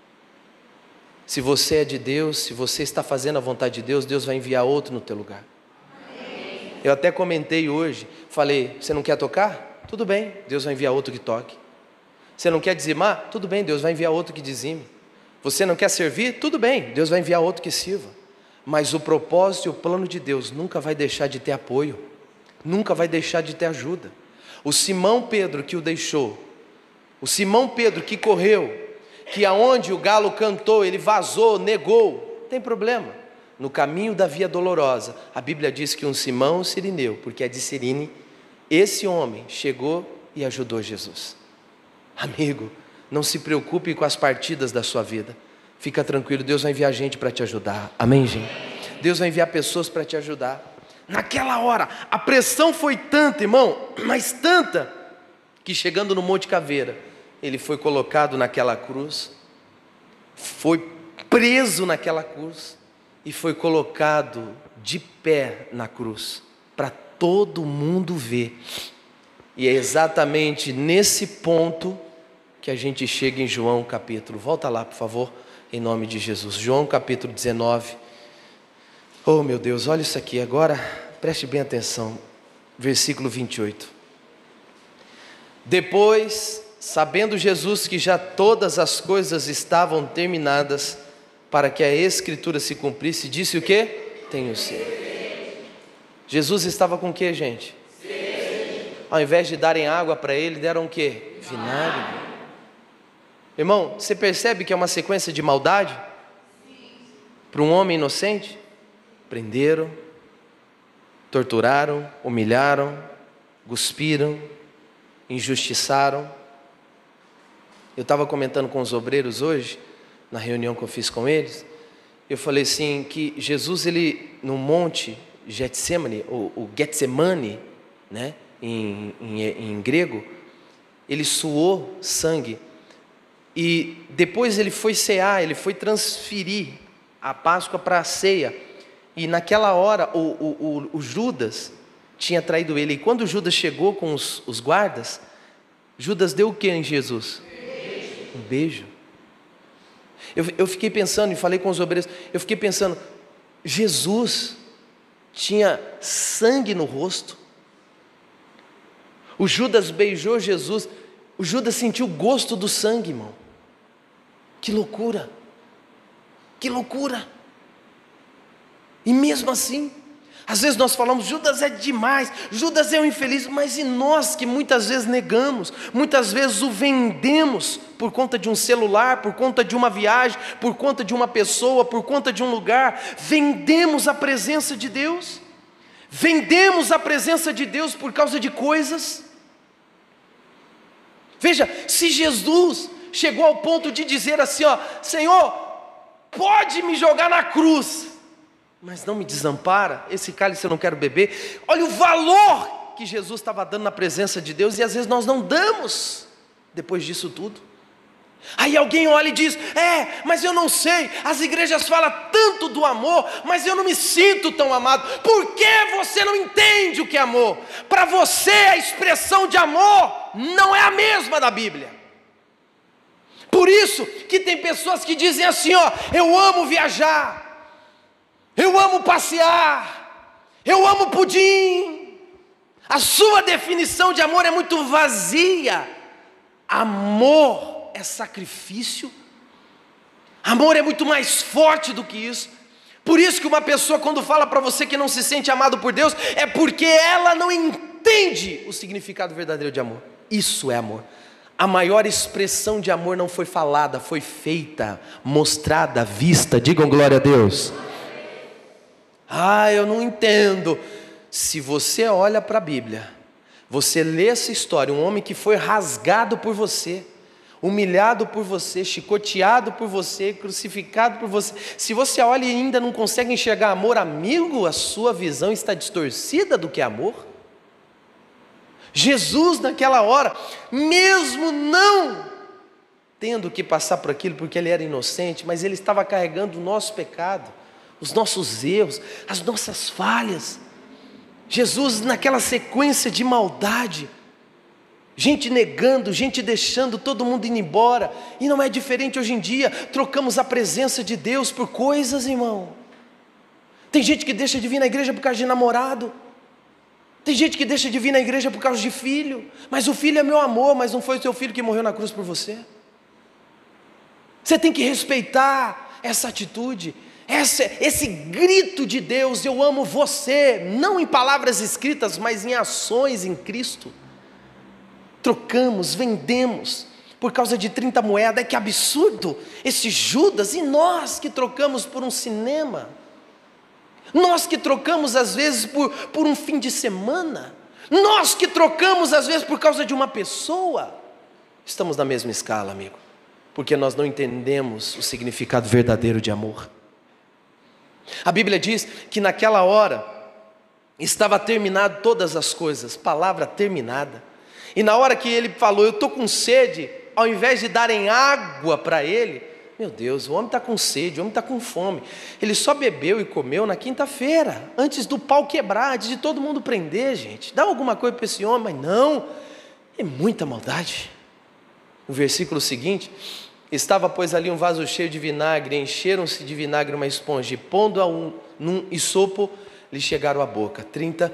Se você é de Deus, se você está fazendo a vontade de Deus, Deus vai enviar outro no teu lugar. Amém. Eu até comentei hoje, falei, você não quer tocar? Tudo bem, Deus vai enviar outro que toque. Você não quer dizimar? Tudo bem, Deus vai enviar outro que dizime. Você não quer servir? Tudo bem, Deus vai enviar outro que sirva. Mas o propósito e o plano de Deus nunca vai deixar de ter apoio, nunca vai deixar de ter ajuda. O Simão Pedro que o deixou, o Simão Pedro que correu, que aonde o galo cantou, ele vazou, negou, não tem problema. No caminho da via dolorosa, a Bíblia diz que um Simão Cirineu, porque é de Cirene, esse homem chegou e ajudou Jesus. Amigo, não se preocupe com as partidas da sua vida. Fica tranquilo, Deus vai enviar gente para te ajudar. Amém, gente? Deus vai enviar pessoas para te ajudar. Naquela hora, a pressão foi tanta, irmão, mas tanta, que chegando no Monte Caveira, ele foi colocado naquela cruz, foi preso naquela cruz e foi colocado de pé na cruz, para todo mundo ver. E é exatamente nesse ponto que a gente chega em João capítulo, volta lá por favor, em nome de Jesus, João capítulo dezenove, oh meu Deus, olha isso aqui agora, preste bem atenção, versículo vinte e oito, depois, sabendo Jesus que já todas as coisas estavam terminadas, para que a Escritura se cumprisse, disse o quê? Tenho sede. Jesus estava com o quê, gente? Sede. Ao invés de darem água para ele, deram o quê? Vinagre. Irmão, você percebe que é uma sequência de maldade? Para um homem inocente? Prenderam, torturaram, humilharam, cuspiram, injustiçaram. Eu estava comentando com os obreiros hoje, na reunião que eu fiz com eles, eu falei assim, que Jesus, ele, no monte Getsemane, ou, ou Getsemane, né, em, em, em grego, ele suou sangue, e depois ele foi cear, ele foi transferir a Páscoa para a ceia, e naquela hora o, o, o, o Judas tinha traído ele, e quando Judas chegou com os, os guardas, Judas deu o que em Jesus? Um beijo. Eu, eu fiquei pensando, e falei com os obreiros, eu fiquei pensando, Jesus tinha sangue no rosto, o Judas beijou Jesus, o Judas sentiu o gosto do sangue, irmão. Que loucura, que loucura. E mesmo assim, às vezes nós falamos, Judas é demais, Judas é um infeliz, mas e nós que muitas vezes negamos, muitas vezes o vendemos por conta de um celular, por conta de uma viagem, por conta de uma pessoa, por conta de um lugar, vendemos a presença de Deus, vendemos a presença de Deus por causa de coisas. Veja, se Jesus chegou ao ponto de dizer assim, ó, Senhor, pode me jogar na cruz, mas não me desampara, esse cálice eu não quero beber. Olha o valor que Jesus estava dando na presença de Deus, e às vezes nós não damos, depois disso tudo. Aí alguém olha e diz, é, mas eu não sei, as igrejas falam tanto do amor, mas eu não me sinto tão amado. Por que você não entende o que é amor? Para você a expressão de amor não é a mesma da Bíblia. Por isso que tem pessoas que dizem assim, ó, eu amo viajar, eu amo passear, eu amo pudim. A sua definição de amor é muito vazia. Amor é sacrifício, amor é muito mais forte do que isso. Por isso que uma pessoa, quando fala para você que não se sente amado por Deus, é porque ela não entende o significado verdadeiro de amor. Isso é amor. A maior expressão de amor não foi falada, foi feita, mostrada, vista. Digam glória a Deus. Ah, eu não entendo. Se você olha para a Bíblia, você lê essa história, um homem que foi rasgado por você, humilhado por você, chicoteado por você, crucificado por você. Se você olha e ainda não consegue enxergar amor, amigo, a sua visão está distorcida do que é amor. Jesus naquela hora, mesmo não tendo que passar por aquilo, porque ele era inocente, mas ele estava carregando o nosso pecado, os nossos erros, as nossas falhas. Jesus naquela sequência de maldade, gente negando, gente deixando, todo mundo indo embora. E não é diferente hoje em dia. Trocamos a presença de Deus por coisas, irmão. Tem gente que deixa de vir na igreja por causa de namorado. Tem gente que deixa de vir na igreja por causa de filho. Mas o filho é meu amor, mas não foi o seu filho que morreu na cruz por você. Você tem que respeitar essa atitude, esse, esse grito de Deus: eu amo você, não em palavras escritas, mas em ações em Cristo. Trocamos, vendemos por causa de trinta moedas. É que absurdo, esse Judas. E nós que trocamos por um cinema, nós que trocamos às vezes por, por um fim de semana, nós que trocamos às vezes por causa de uma pessoa, estamos na mesma escala, amigo, porque nós não entendemos o significado verdadeiro de amor. A Bíblia diz que naquela hora estava terminado todas as coisas, palavra terminada. E na hora que ele falou: eu estou com sede, ao invés de darem água para ele, meu Deus, o homem está com sede, o homem está com fome. Ele só bebeu e comeu na quinta-feira, antes do pau quebrar, antes de todo mundo prender, gente. Dá alguma coisa para esse homem, mas não, é muita maldade. No versículo seguinte: estava, pois, ali um vaso cheio de vinagre, encheram-se de vinagre uma esponja, e pondo a um num isopo, lhe chegaram à boca. trinta.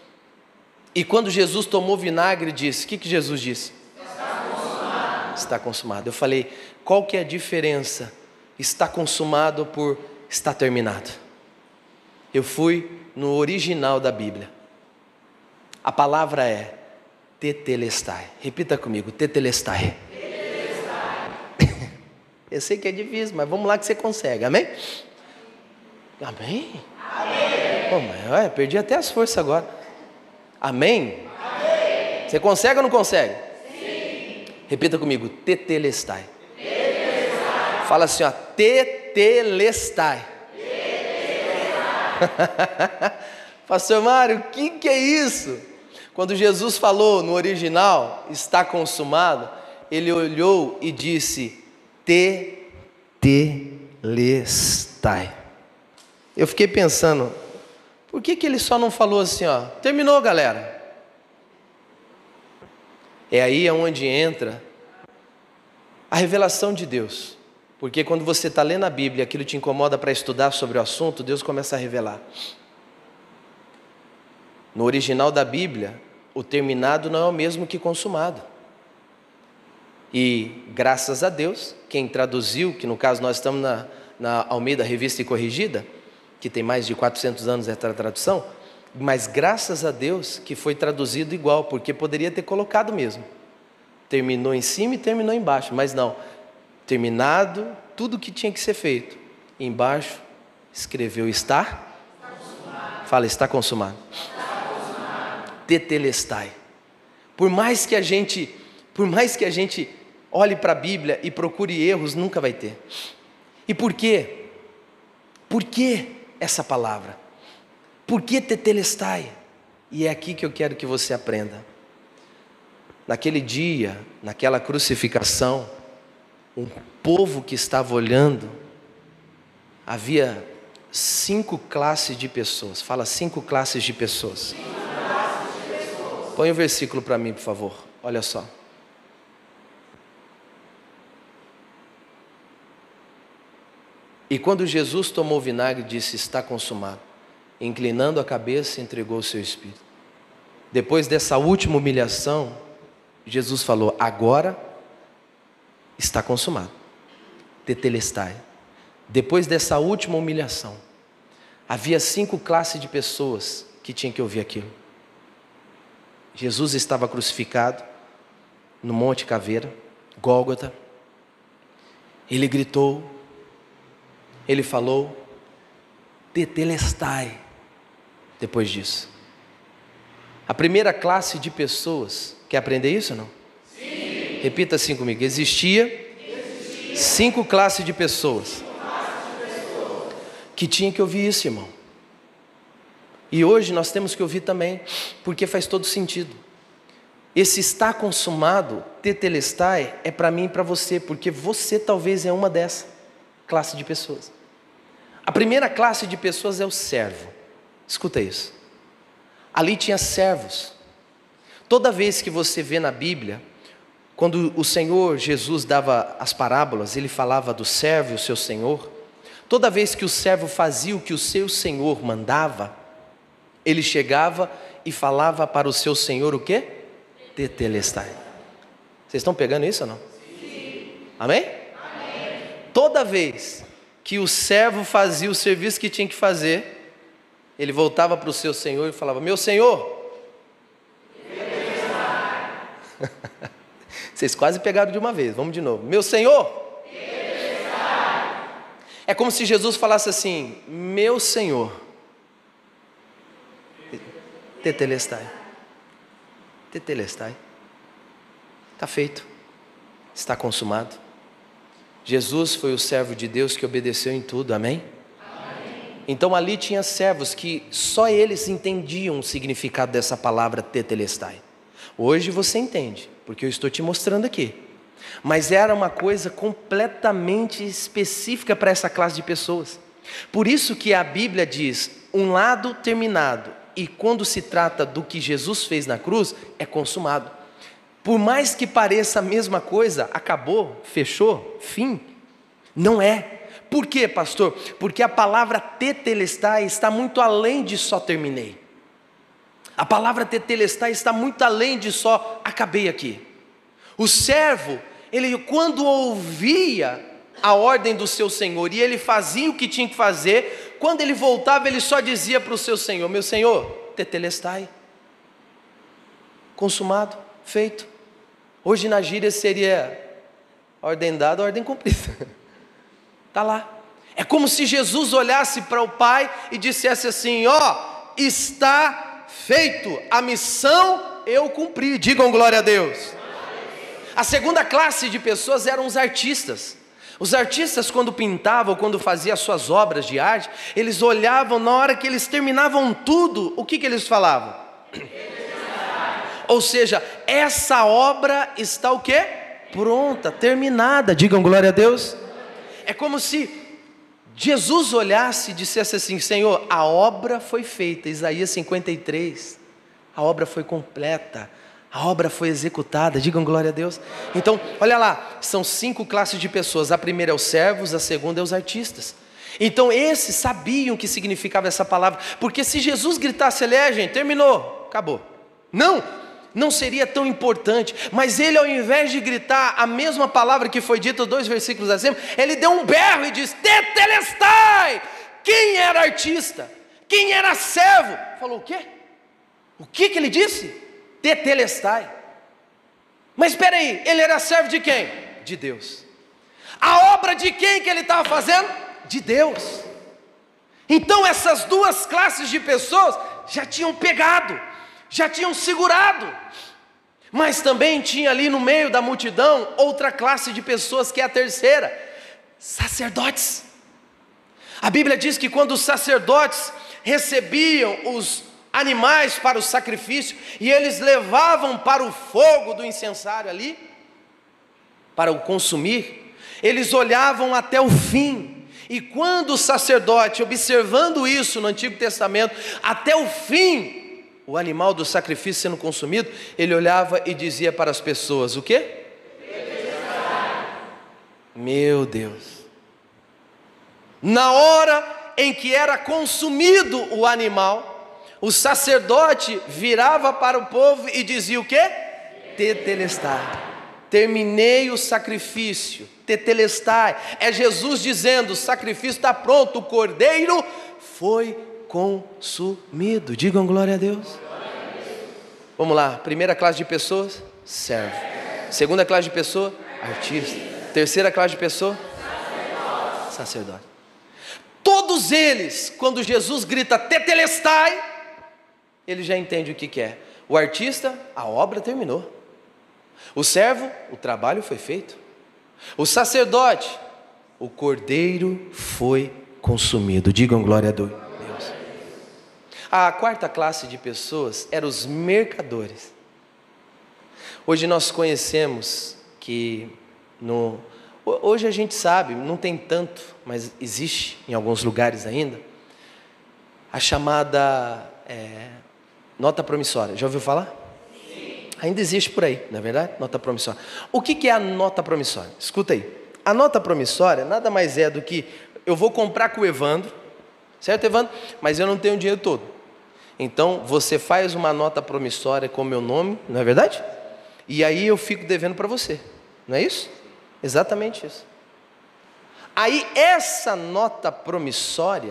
E quando Jesus tomou vinagre, disse: o que, que Jesus disse? Está consumado. Está consumado. Eu falei: qual que é a diferença? Está consumado por está terminado. Eu fui no original da Bíblia. A palavra é tetelestai. Repita comigo: tetelestai. Tetelestai. Eu sei que é difícil, mas vamos lá que você consegue. Amém? Amém? Amém. Pô, mas, olha, perdi até as forças agora. Amém? Amém? Você consegue ou não consegue? Sim. Repita comigo: tetelestai. Tetelestai. Fala assim, ó: tetelestai. Tetelestai. Pastor Mário, o que, que é isso? Quando Jesus falou no original, está consumado, ele olhou e disse: tetelestai. Eu fiquei pensando, por que, que ele só não falou assim, ó, terminou, galera? É aí onde entra a revelação de Deus. Porque quando você está lendo a Bíblia, aquilo te incomoda para estudar sobre o assunto, Deus começa a revelar. No original da Bíblia, o terminado não é o mesmo que consumado. E graças a Deus, quem traduziu, que no caso nós estamos na, na Almeida Revista e Corrigida, que tem mais de quatrocentos anos essa tradução, mas graças a Deus que foi traduzido igual, porque poderia ter colocado mesmo. Terminou em cima e terminou embaixo, mas não. Terminado tudo o que tinha que ser feito. Embaixo escreveu: está, está consumado. Fala: está consumado. Está consumado. Tetelestai. Por mais que a gente, por mais que a gente olhe para a Bíblia e procure erros, nunca vai ter. E por quê? Por que essa palavra? Por que tetelestai? E é aqui que eu quero que você aprenda. Naquele dia, naquela crucificação, um povo que estava olhando, havia cinco classes de pessoas. Fala: cinco classes de pessoas. Cinco classes de pessoas. Põe o versículo para mim, por favor. Olha só. E quando Jesus tomou o vinagre, disse: está consumado. Inclinando a cabeça, entregou o seu espírito. Depois dessa última humilhação, Jesus falou: agora está consumado. Tetelestai. Depois dessa última humilhação, havia cinco classes de pessoas que tinham que ouvir aquilo. Jesus estava crucificado, no Monte Caveira, Gólgota. Ele gritou, ele falou, tetelestai, depois disso. A primeira classe de pessoas, quer aprender isso ou não? Sim. Repita assim comigo, existia, existia. Cinco classes de pessoas, pessoas que tinham que ouvir isso, irmão. E hoje nós temos que ouvir também, porque faz todo sentido. Esse está consumado, tetelestai, é para mim e para você, porque você talvez é uma dessa classe de pessoas. A primeira classe de pessoas é o servo. Escuta isso. Ali tinha servos. Toda vez que você vê na Bíblia, quando o Senhor Jesus dava as parábolas, ele falava do servo e o seu senhor. Toda vez que o servo fazia o que o seu senhor mandava, ele chegava e falava para o seu senhor o quê? Tetelestai. Vocês estão pegando isso ou não? Sim. Amém? Amém? Toda vez que o servo fazia o serviço que tinha que fazer, ele voltava para o seu senhor e falava, meu senhor, vocês quase pegaram de uma vez, vamos de novo, meu senhor, é como se Jesus falasse assim, meu senhor, tetelestai, tetelestai, está feito, está consumado. Jesus foi o servo de Deus que obedeceu em tudo, amém? Amém. Então ali tinha servos que só eles entendiam o significado dessa palavra tetelestai. Hoje você entende, porque eu estou te mostrando aqui. Mas era uma coisa completamente específica para essa classe de pessoas. Por isso que a Bíblia diz, um lado terminado, e quando se trata do que Jesus fez na cruz, é consumado. Por mais que pareça a mesma coisa, acabou, fechou, fim, não é. Por quê, pastor? Porque a palavra tetelestai está muito além de só terminei. A palavra tetelestai está muito além de só acabei aqui. O servo, ele quando ouvia a ordem do seu senhor e ele fazia o que tinha que fazer, quando ele voltava ele só dizia para o seu senhor, meu senhor, tetelestai, consumado, feito. Hoje na gíria seria ordem dada, ordem cumprida. Está lá. É como se Jesus olhasse para o Pai e dissesse assim, ó, está feito, a missão eu cumpri, digam glória a Deus. A segunda classe de pessoas eram os artistas. Os artistas quando pintavam, quando faziam as suas obras de arte, eles olhavam, na hora que eles terminavam tudo, o que que eles falavam? Ou seja, essa obra está o quê? Pronta, terminada, digam glória a Deus. É como se Jesus olhasse e dissesse assim, Senhor, a obra foi feita, Isaías cinquenta e três, a obra foi completa, a obra foi executada, digam glória a Deus. Então, olha lá, são cinco classes de pessoas, a primeira é os servos, a segunda é os artistas. Então esses sabiam o que significava essa palavra, porque se Jesus gritasse ali, é gente, terminou, acabou. Não, não seria tão importante, mas ele ao invés de gritar a mesma palavra que foi dita dois versículos acima, ele deu um berro e disse, tetelestai, quem era artista? Quem era servo? Falou o quê? O que que ele disse? Tetelestai. Mas espera aí, ele era servo de quem? De Deus. A obra de quem que ele estava fazendo? De Deus. Então essas duas classes de pessoas já tinham pegado, já tinham segurado, mas também tinha ali no meio da multidão outra classe de pessoas que é a terceira, sacerdotes. A Bíblia diz que quando os sacerdotes recebiam os animais para o sacrifício e eles levavam para o fogo do incensário ali, para o consumir, eles olhavam até o fim, e quando o sacerdote, observando isso no Antigo Testamento, até o fim, o animal do sacrifício sendo consumido, ele olhava e dizia para as pessoas, o quê? Meu Deus, na hora em que era consumido o animal, o sacerdote virava para o povo e dizia o quê? Tetelestai, terminei o sacrifício, tetelestai, é Jesus dizendo, o sacrifício está pronto, o cordeiro foi consumido, digam glória a Deus. Vamos lá, primeira classe de pessoas, servo. Segunda classe de pessoa, artista. Terceira classe de pessoa, sacerdote. Sacerdote. Todos eles, quando Jesus grita tetelestai, ele já entende o que que é. O artista, a obra terminou. O servo, o trabalho foi feito. O sacerdote, o cordeiro foi consumido. Digam glória a Deus. A quarta classe de pessoas eram os mercadores. Hoje nós conhecemos que no, hoje a gente sabe, não tem tanto, mas existe em alguns lugares ainda, a chamada é, nota promissória. Já ouviu falar? Sim. Ainda existe por aí, não é verdade? Nota promissória. O que que é a nota promissória? Escuta aí. A nota promissória nada mais é do que eu vou comprar com o Evandro, certo, Evandro? Mas eu não tenho o dinheiro todo. Então você faz uma nota promissória com o meu nome, não é verdade? E aí eu fico devendo para você, não é isso? Exatamente isso. Aí essa nota promissória,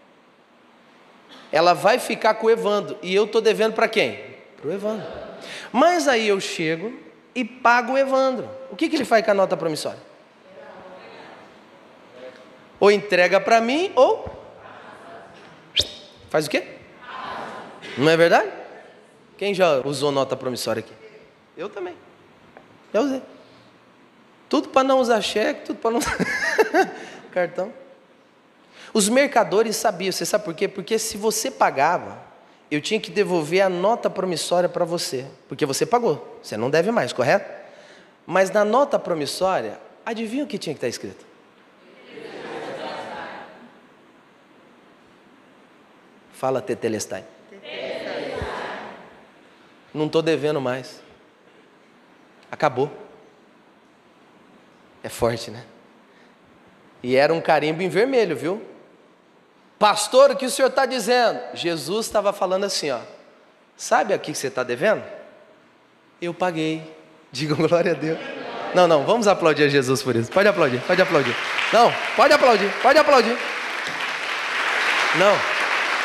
ela vai ficar com o Evandro, e eu estou devendo para quem? Para o Evandro. Mas aí eu chego e pago o Evandro. O que que ele faz com a nota promissória? Ou entrega para mim, ou faz o quê? Não é verdade? Quem já usou nota promissória aqui? Eu também. Eu usei. Tudo para não usar cheque, tudo para não cartão. Os mercadores sabiam, você sabe por quê? Porque se você pagava, eu tinha que devolver a nota promissória para você, porque você pagou, você não deve mais, correto? Mas na nota promissória, adivinha o que tinha que estar escrito? Fala tetelestai. Não estou devendo mais. Acabou. É forte, né? E era um carimbo em vermelho, viu? Pastor, o que o senhor está dizendo? Jesus estava falando assim, ó. Sabe aqui que você está devendo? Eu paguei. Digam glória a Deus. Não, não, vamos aplaudir a Jesus por isso. Pode aplaudir, pode aplaudir. Não, pode aplaudir, pode aplaudir. Não.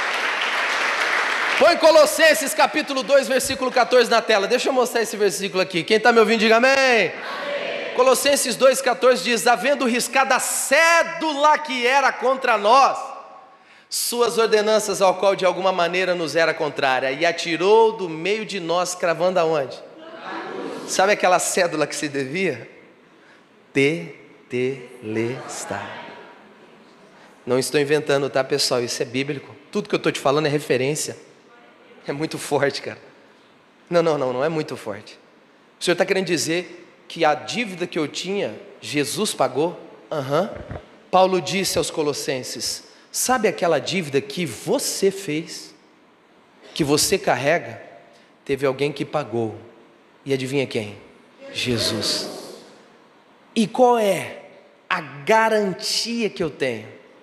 Põe Colossenses capítulo dois, versículo quatorze na tela. Deixa eu mostrar esse versículo aqui. Quem está me ouvindo, diga amém. Amém. Colossenses dois, quatorze diz: havendo riscado a cédula que era contra nós, suas ordenanças, ao qual de alguma maneira nos era contrária, e atirou do meio de nós, cravando aonde? Sabe aquela cédula que se devia? Tetelestai. Não estou inventando, tá, pessoal? Isso é bíblico. Tudo que eu estou te falando é referência. É muito forte, cara. Não, não, não, não é muito forte. O senhor está querendo dizer que a dívida que eu tinha, Jesus pagou? Aham. Uhum. Paulo disse aos Colossenses: sabe aquela dívida que você fez, que você carrega? Teve alguém que pagou. E adivinha quem? Jesus. E qual é a garantia que eu tenho?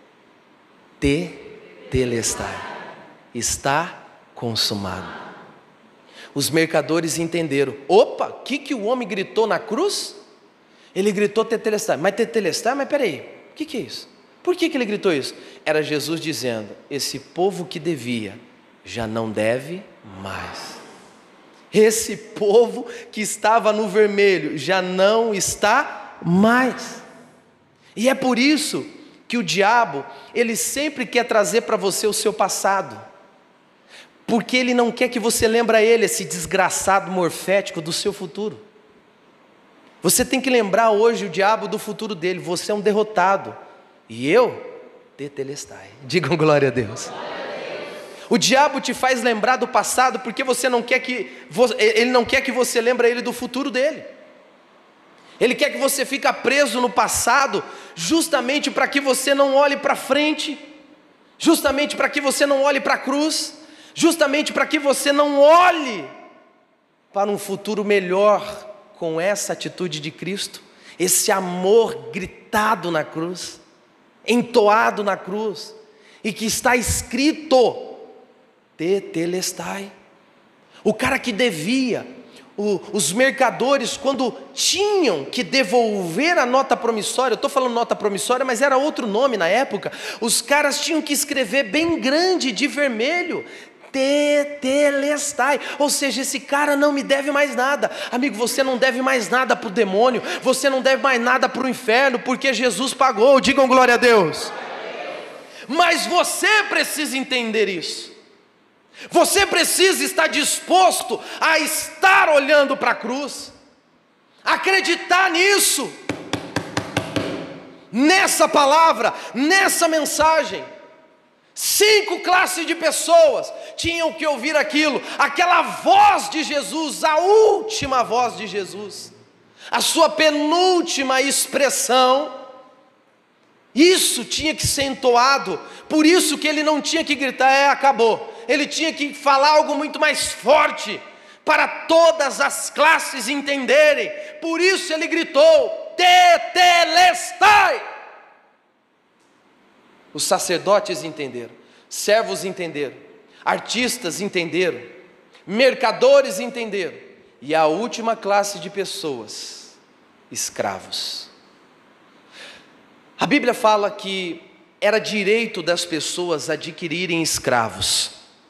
Tetelestai. Está consumado. Os mercadores entenderam. Opa, o que, que o homem gritou na cruz? Ele gritou tetelestai. Mas tetelestai, mas peraí, o que, que é isso? Por que, que ele gritou isso? Era Jesus dizendo: esse povo que devia, já não deve mais. Esse povo que estava no vermelho, já não está mais. E é por isso que o diabo, ele sempre quer trazer para você o seu passado, porque ele não quer que você lembre a ele, esse desgraçado morfético, do seu futuro. Você tem que lembrar hoje o diabo do futuro dele. Você é um derrotado, e eu, tetelestai. Digam glória a Deus. O diabo te faz lembrar do passado, porque você não quer que, ele não quer que você lembre ele do futuro dele. Ele quer que você fique preso no passado, justamente para que você não olhe para frente, justamente para que você não olhe para a cruz, justamente para que você não olhe para um futuro melhor com essa atitude de Cristo, esse amor gritado na cruz, entoado na cruz, e que está escrito, tetelestai. O cara que devia, o, os mercadores, quando tinham que devolver a nota promissória, eu estou falando nota promissória, mas era outro nome na época, os caras tinham que escrever bem grande, de vermelho, tetelestai, ou seja, esse cara não me deve mais nada. Amigo, você não deve mais nada para o demônio, você não deve mais nada para o inferno, porque Jesus pagou. Digam glória a Deus. Mas você precisa entender isso. Você precisa estar disposto a estar olhando para a cruz, acreditar nisso, nessa palavra, nessa mensagem. Cinco classes de pessoas tinham que ouvir aquilo, aquela voz de Jesus, a última voz de Jesus, a sua penúltima expressão. Isso tinha que ser entoado, por isso que ele não tinha que gritar, é, acabou. Ele tinha que falar algo muito mais forte, para todas as classes entenderem. Por isso ele gritou, tetelestai. Os sacerdotes entenderam, servos entenderam, artistas entenderam, mercadores entenderam, e a última classe de pessoas, escravos. A Bíblia fala que era direito das pessoas adquirirem escravos.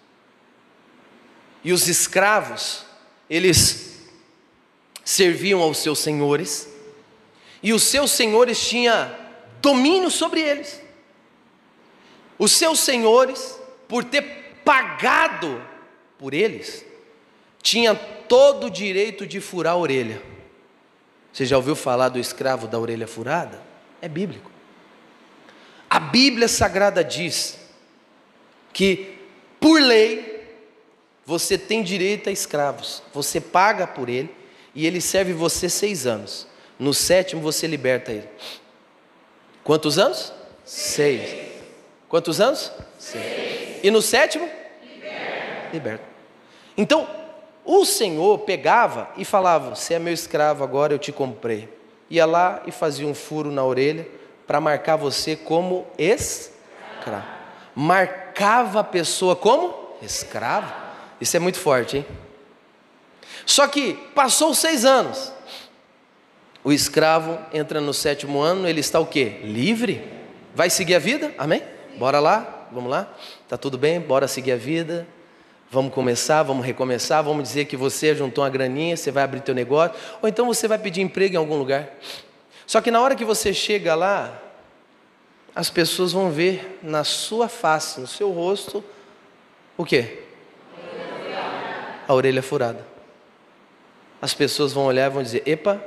E os escravos, eles serviam aos seus senhores, e os seus senhores tinham domínio sobre eles. Os seus senhores, por ter pagado por eles, tinham todo o direito de furar a orelha. Você já ouviu falar do escravo da orelha furada? É bíblico. A Bíblia Sagrada diz que, por lei, você tem direito a escravos. Você paga por ele e ele serve você seis anos. No sétimo você liberta ele. Quantos anos? Seis. Quantos anos? Seis. E no sétimo? Liberta. Liberta. Então, o Senhor pegava e falava, você é meu escravo agora, eu te comprei. Ia lá e fazia um furo na orelha, para marcar você como escravo. Marcava a pessoa como escravo. Isso é muito forte, hein? Só que passou seis anos. O escravo entra no sétimo ano, ele está o quê? Livre. Vai seguir a vida? Amém? Bora lá, vamos lá? Tá tudo bem? Bora seguir a vida. Vamos começar, vamos recomeçar. Vamos dizer que você juntou uma graninha, você vai abrir teu negócio, ou então você vai pedir emprego em algum lugar. Só que na hora que você chega lá, as pessoas vão ver na sua face, no seu rosto, o quê? A orelha furada. As pessoas vão olhar e vão dizer, epa,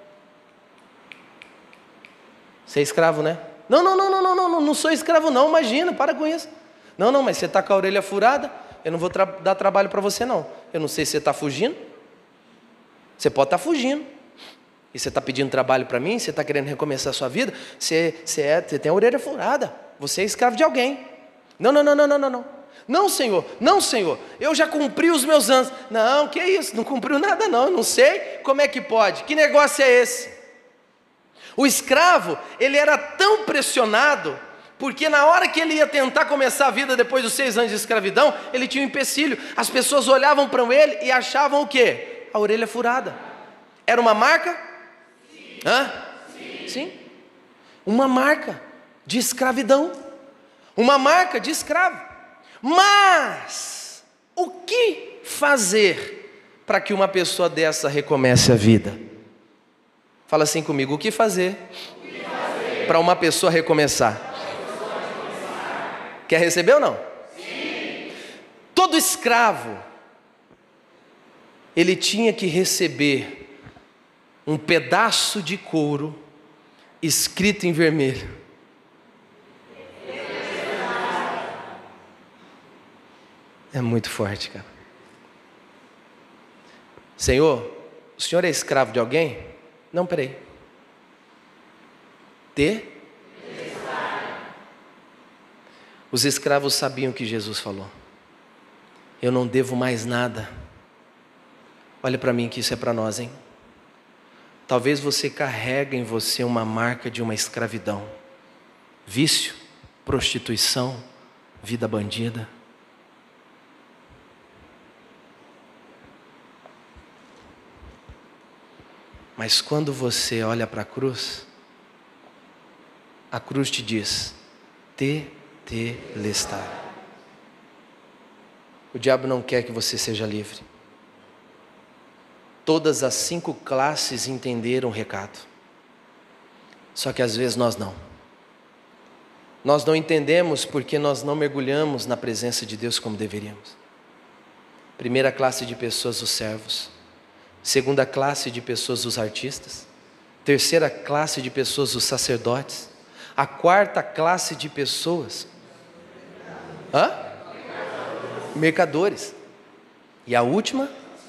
você é escravo, né? Não, não, não, não, não, não, não sou escravo não, imagina, para com isso. Não, não, mas você está com a orelha furada, eu não vou tra- dar trabalho para você não. Eu não sei se você está fugindo. Você pode estar fugindo. E você está pedindo trabalho para mim? Você está querendo recomeçar a sua vida? Você, você, é, você tem a orelha furada. Você é escravo de alguém. Não, não, não, não, não, não, não. Não, Senhor, não, Senhor. Eu já cumpri os meus anos. Não, que isso? Não cumpriu nada não. Eu não sei como é que pode. Que negócio é esse? O escravo, ele era tão pressionado, porque na hora que ele ia tentar começar a vida depois dos seis anos de escravidão, ele tinha um empecilho. As pessoas olhavam para ele e achavam o quê? A orelha furada. Era uma marca? Hã? Sim. Sim. Uma marca de escravidão. Uma marca de escravo. Mas, o que fazer para que uma pessoa dessa recomece a vida? Fala assim comigo, o que fazer, fazer? Para uma pessoa recomeçar? Pessoa recomeçar? Quer receber ou não? Sim. Todo escravo, ele tinha que receber um pedaço de couro escrito em vermelho. É muito forte, cara. Senhor, o senhor é escravo de alguém? Não, peraí. Ter? Os escravos sabiam o que Jesus falou. Eu não devo mais nada. Olha para mim que isso é para nós, hein? Talvez você carregue em você uma marca de uma escravidão. Vício, prostituição, vida bandida. Mas quando você olha para a cruz, a cruz te diz, tetelestai. O diabo não quer que você seja livre. Todas as cinco classes entenderam o recado. Só que às vezes nós não. Nós não entendemos porque nós não mergulhamos na presença de Deus como deveríamos. Primeira classe de pessoas, os servos. Segunda classe de pessoas, os artistas. Terceira classe de pessoas, os sacerdotes. A quarta classe de pessoas, hã? Mercadores. E a última?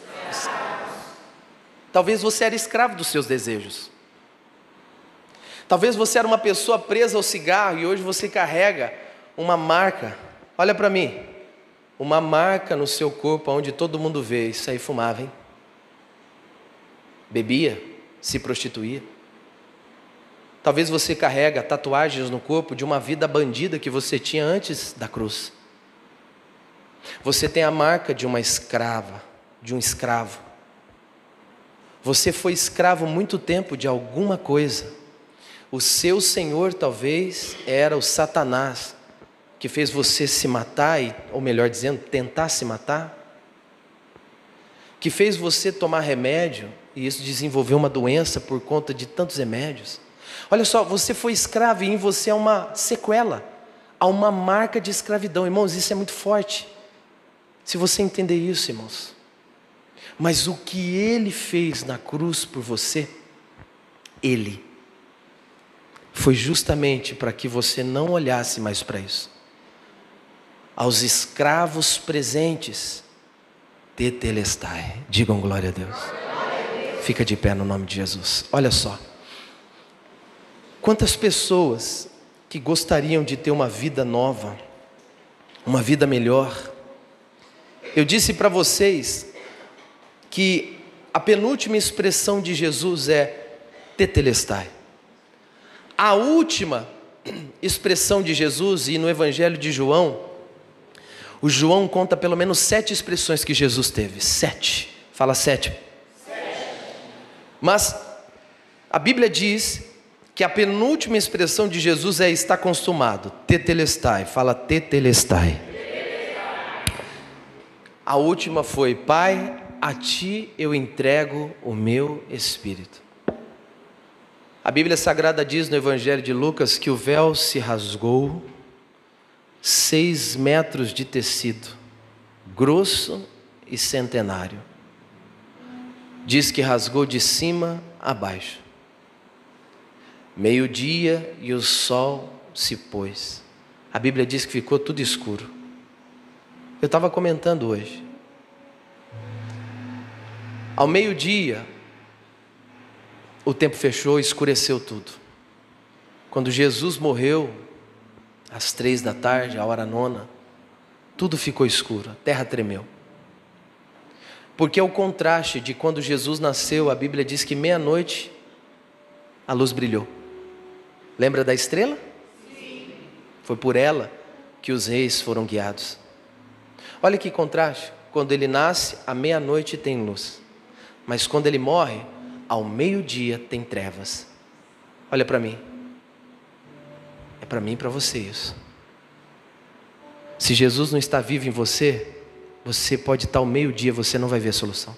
Talvez você era escravo dos seus desejos. Talvez você era uma pessoa presa ao cigarro e hoje você carrega uma marca. Olha para mim. Uma marca no seu corpo onde todo mundo vê. Isso aí fumava, hein? Bebia, se prostituía. Talvez você carrega tatuagens no corpo de uma vida bandida que você tinha antes da cruz. Você tem a marca de uma escrava, de um escravo. Você foi escravo muito tempo de alguma coisa. O seu senhor talvez era o Satanás, que fez você se matar, ou melhor dizendo, tentar se matar. Que fez você tomar remédio, e isso desenvolveu uma doença por conta de tantos remédios. Olha só, você foi escravo e em você há uma sequela, há uma marca de escravidão. Irmãos, isso é muito forte. Se você entender isso, irmãos. Mas o que Ele fez na cruz por você, Ele, foi justamente para que você não olhasse mais para isso. Aos escravos presentes, tetelestai. Digam glória a Deus. Fica de pé no nome de Jesus. Olha só. Quantas pessoas que gostariam de ter uma vida nova, uma vida melhor. Eu disse para vocês que a penúltima expressão de Jesus é tetelestai. A última expressão de Jesus, e no Evangelho de João, o João conta pelo menos sete expressões que Jesus teve. Sete. Fala sete. Sete. Mas a Bíblia diz que a penúltima expressão de Jesus é está consumado. Tetelestai. Fala tetelestai. Tetelestai. A última foi: Pai, a Ti eu entrego o meu espírito. A Bíblia Sagrada diz no Evangelho de Lucas que o véu se rasgou, seis metros de tecido, grosso e centenário. Diz que rasgou de cima a baixo. Meio-dia e o sol se pôs. A Bíblia diz que ficou tudo escuro. Eu estava comentando hoje. Ao meio-dia, o tempo fechou, escureceu tudo. Quando Jesus morreu, às três da tarde, a hora nona, tudo ficou escuro, a terra tremeu. Porque é o contraste de quando Jesus nasceu, a Bíblia diz que meia-noite a luz brilhou. Lembra da estrela? Sim. Foi por ela que os reis foram guiados. Olha que contraste, quando ele nasce, à meia-noite tem luz. Mas quando ele morre, ao meio-dia tem trevas. Olha para mim. É para mim e para você isso. Se Jesus não está vivo em você, você pode estar ao meio-dia, você não vai ver a solução.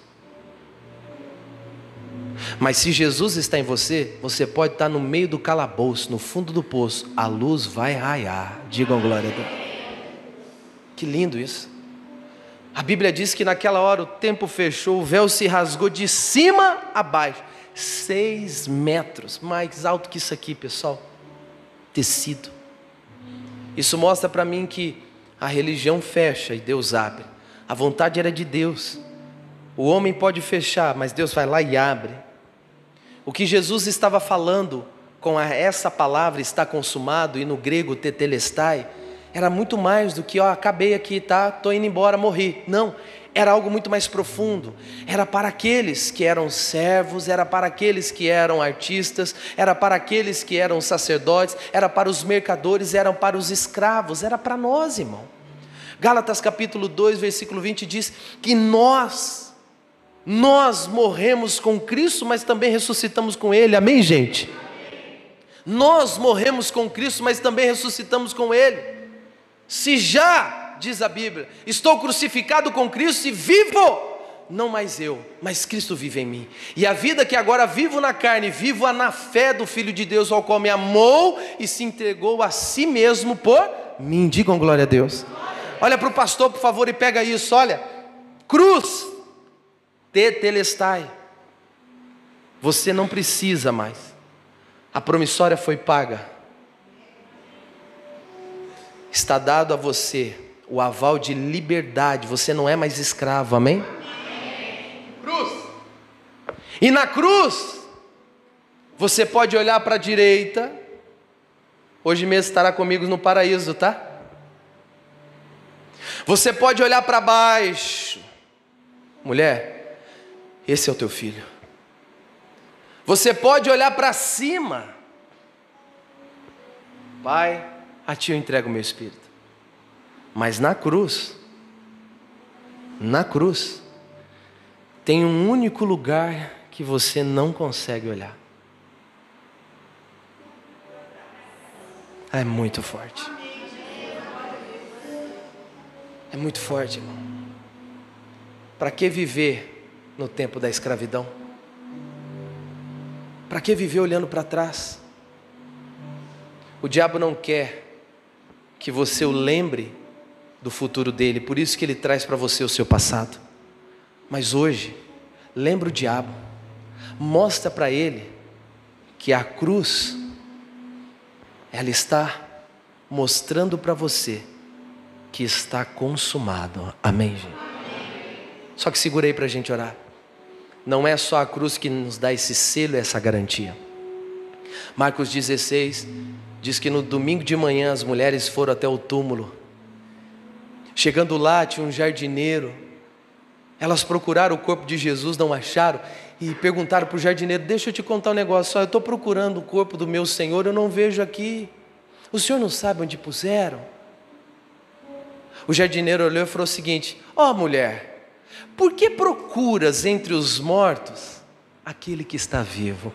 Mas se Jesus está em você, você pode estar no meio do calabouço, no fundo do poço, a luz vai raiar. Digam glória a Deus. Que lindo isso. A Bíblia diz que naquela hora o tempo fechou, o véu se rasgou de cima a baixo. Seis metros, mais alto que isso aqui, pessoal. Tecido. Isso mostra para mim que a religião fecha e Deus abre. A vontade era de Deus. O homem pode fechar, mas Deus vai lá e abre. O que Jesus estava falando com a, essa palavra está consumado, e no grego tetelestai, era muito mais do que, ó, acabei aqui, tá? Estou indo embora, morri. Não, era algo muito mais profundo. Era para aqueles que eram servos, era para aqueles que eram artistas, era para aqueles que eram sacerdotes, era para os mercadores, era para os escravos, era para nós, irmão. Gálatas capítulo dois, versículo vinte diz que nós, nós morremos com Cristo, mas também ressuscitamos com Ele. Amém, gente? Nós morremos com Cristo, mas também ressuscitamos com Ele. Se já diz a Bíblia, estou crucificado com Cristo e vivo, não mais eu, mas Cristo vive em mim. E a vida que agora vivo na carne, vivo-a na fé do Filho de Deus, ao qual me amou e se entregou a si mesmo por mim. Digam glória a Deus. Olha para o pastor, por favor, e pega isso. Olha, cruz, tetelestai. Você não precisa mais. A promissória foi paga. Está dado a você o aval de liberdade. Você não é mais escravo, amém? Cruz. E na cruz, você pode olhar para a direita. Hoje mesmo estará comigo no paraíso, tá? Você pode olhar para baixo. Mulher, esse é o teu filho. Você pode olhar para cima. Pai, a ti eu entrego o meu espírito. Mas na cruz, na cruz, tem um único lugar que você não consegue olhar. É muito forte. É muito forte, irmão. Para que viver no tempo da escravidão? Para que viver olhando para trás? O diabo não quer que você o lembre do futuro dele, por isso que ele traz para você o seu passado. Mas hoje, lembra o diabo, mostra para ele que a cruz, ela está mostrando para você que está consumado. Amém, gente? Amém. Só que segura aí para a gente orar. Não é só a cruz que nos dá esse selo, essa garantia. Marcos dezesseis diz que no domingo de manhã as mulheres foram até o túmulo. Chegando lá tinha um jardineiro. Elas procuraram o corpo de Jesus, não acharam, e perguntaram para o jardineiro: deixa eu te contar um negócio, só eu estou procurando o corpo do meu Senhor, eu não vejo aqui. O senhor não sabe onde puseram? O jardineiro olhou e falou o seguinte: ó, mulher, por que procuras entre os mortos aquele que está vivo?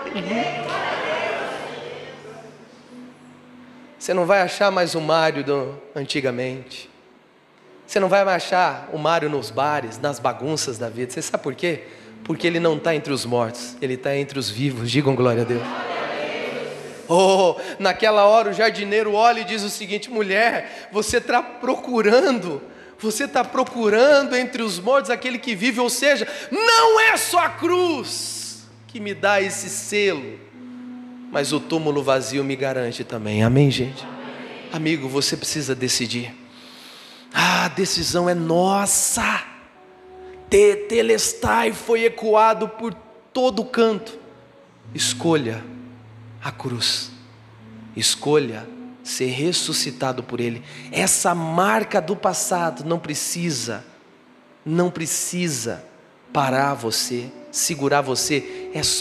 Você não vai achar mais o Mário do antigamente. Você não vai achar o Mário nos bares, nas bagunças da vida. Você sabe por quê? Porque ele não está entre os mortos, ele está entre os vivos. Digam glória a Deus. Oh, naquela hora o jardineiro olha e diz o seguinte: mulher, você está procurando, você está procurando entre os mortos aquele que vive, ou seja, não é só a cruz que me dá esse selo, mas o túmulo vazio me garante também. Amém, gente? Amém. Amigo, você precisa decidir. Ah, a decisão é nossa. Tetelestai foi ecoado por todo canto. Escolha a cruz, escolha ser ressuscitado por Ele. Essa marca do passado não precisa, não precisa parar você, segurar você, é só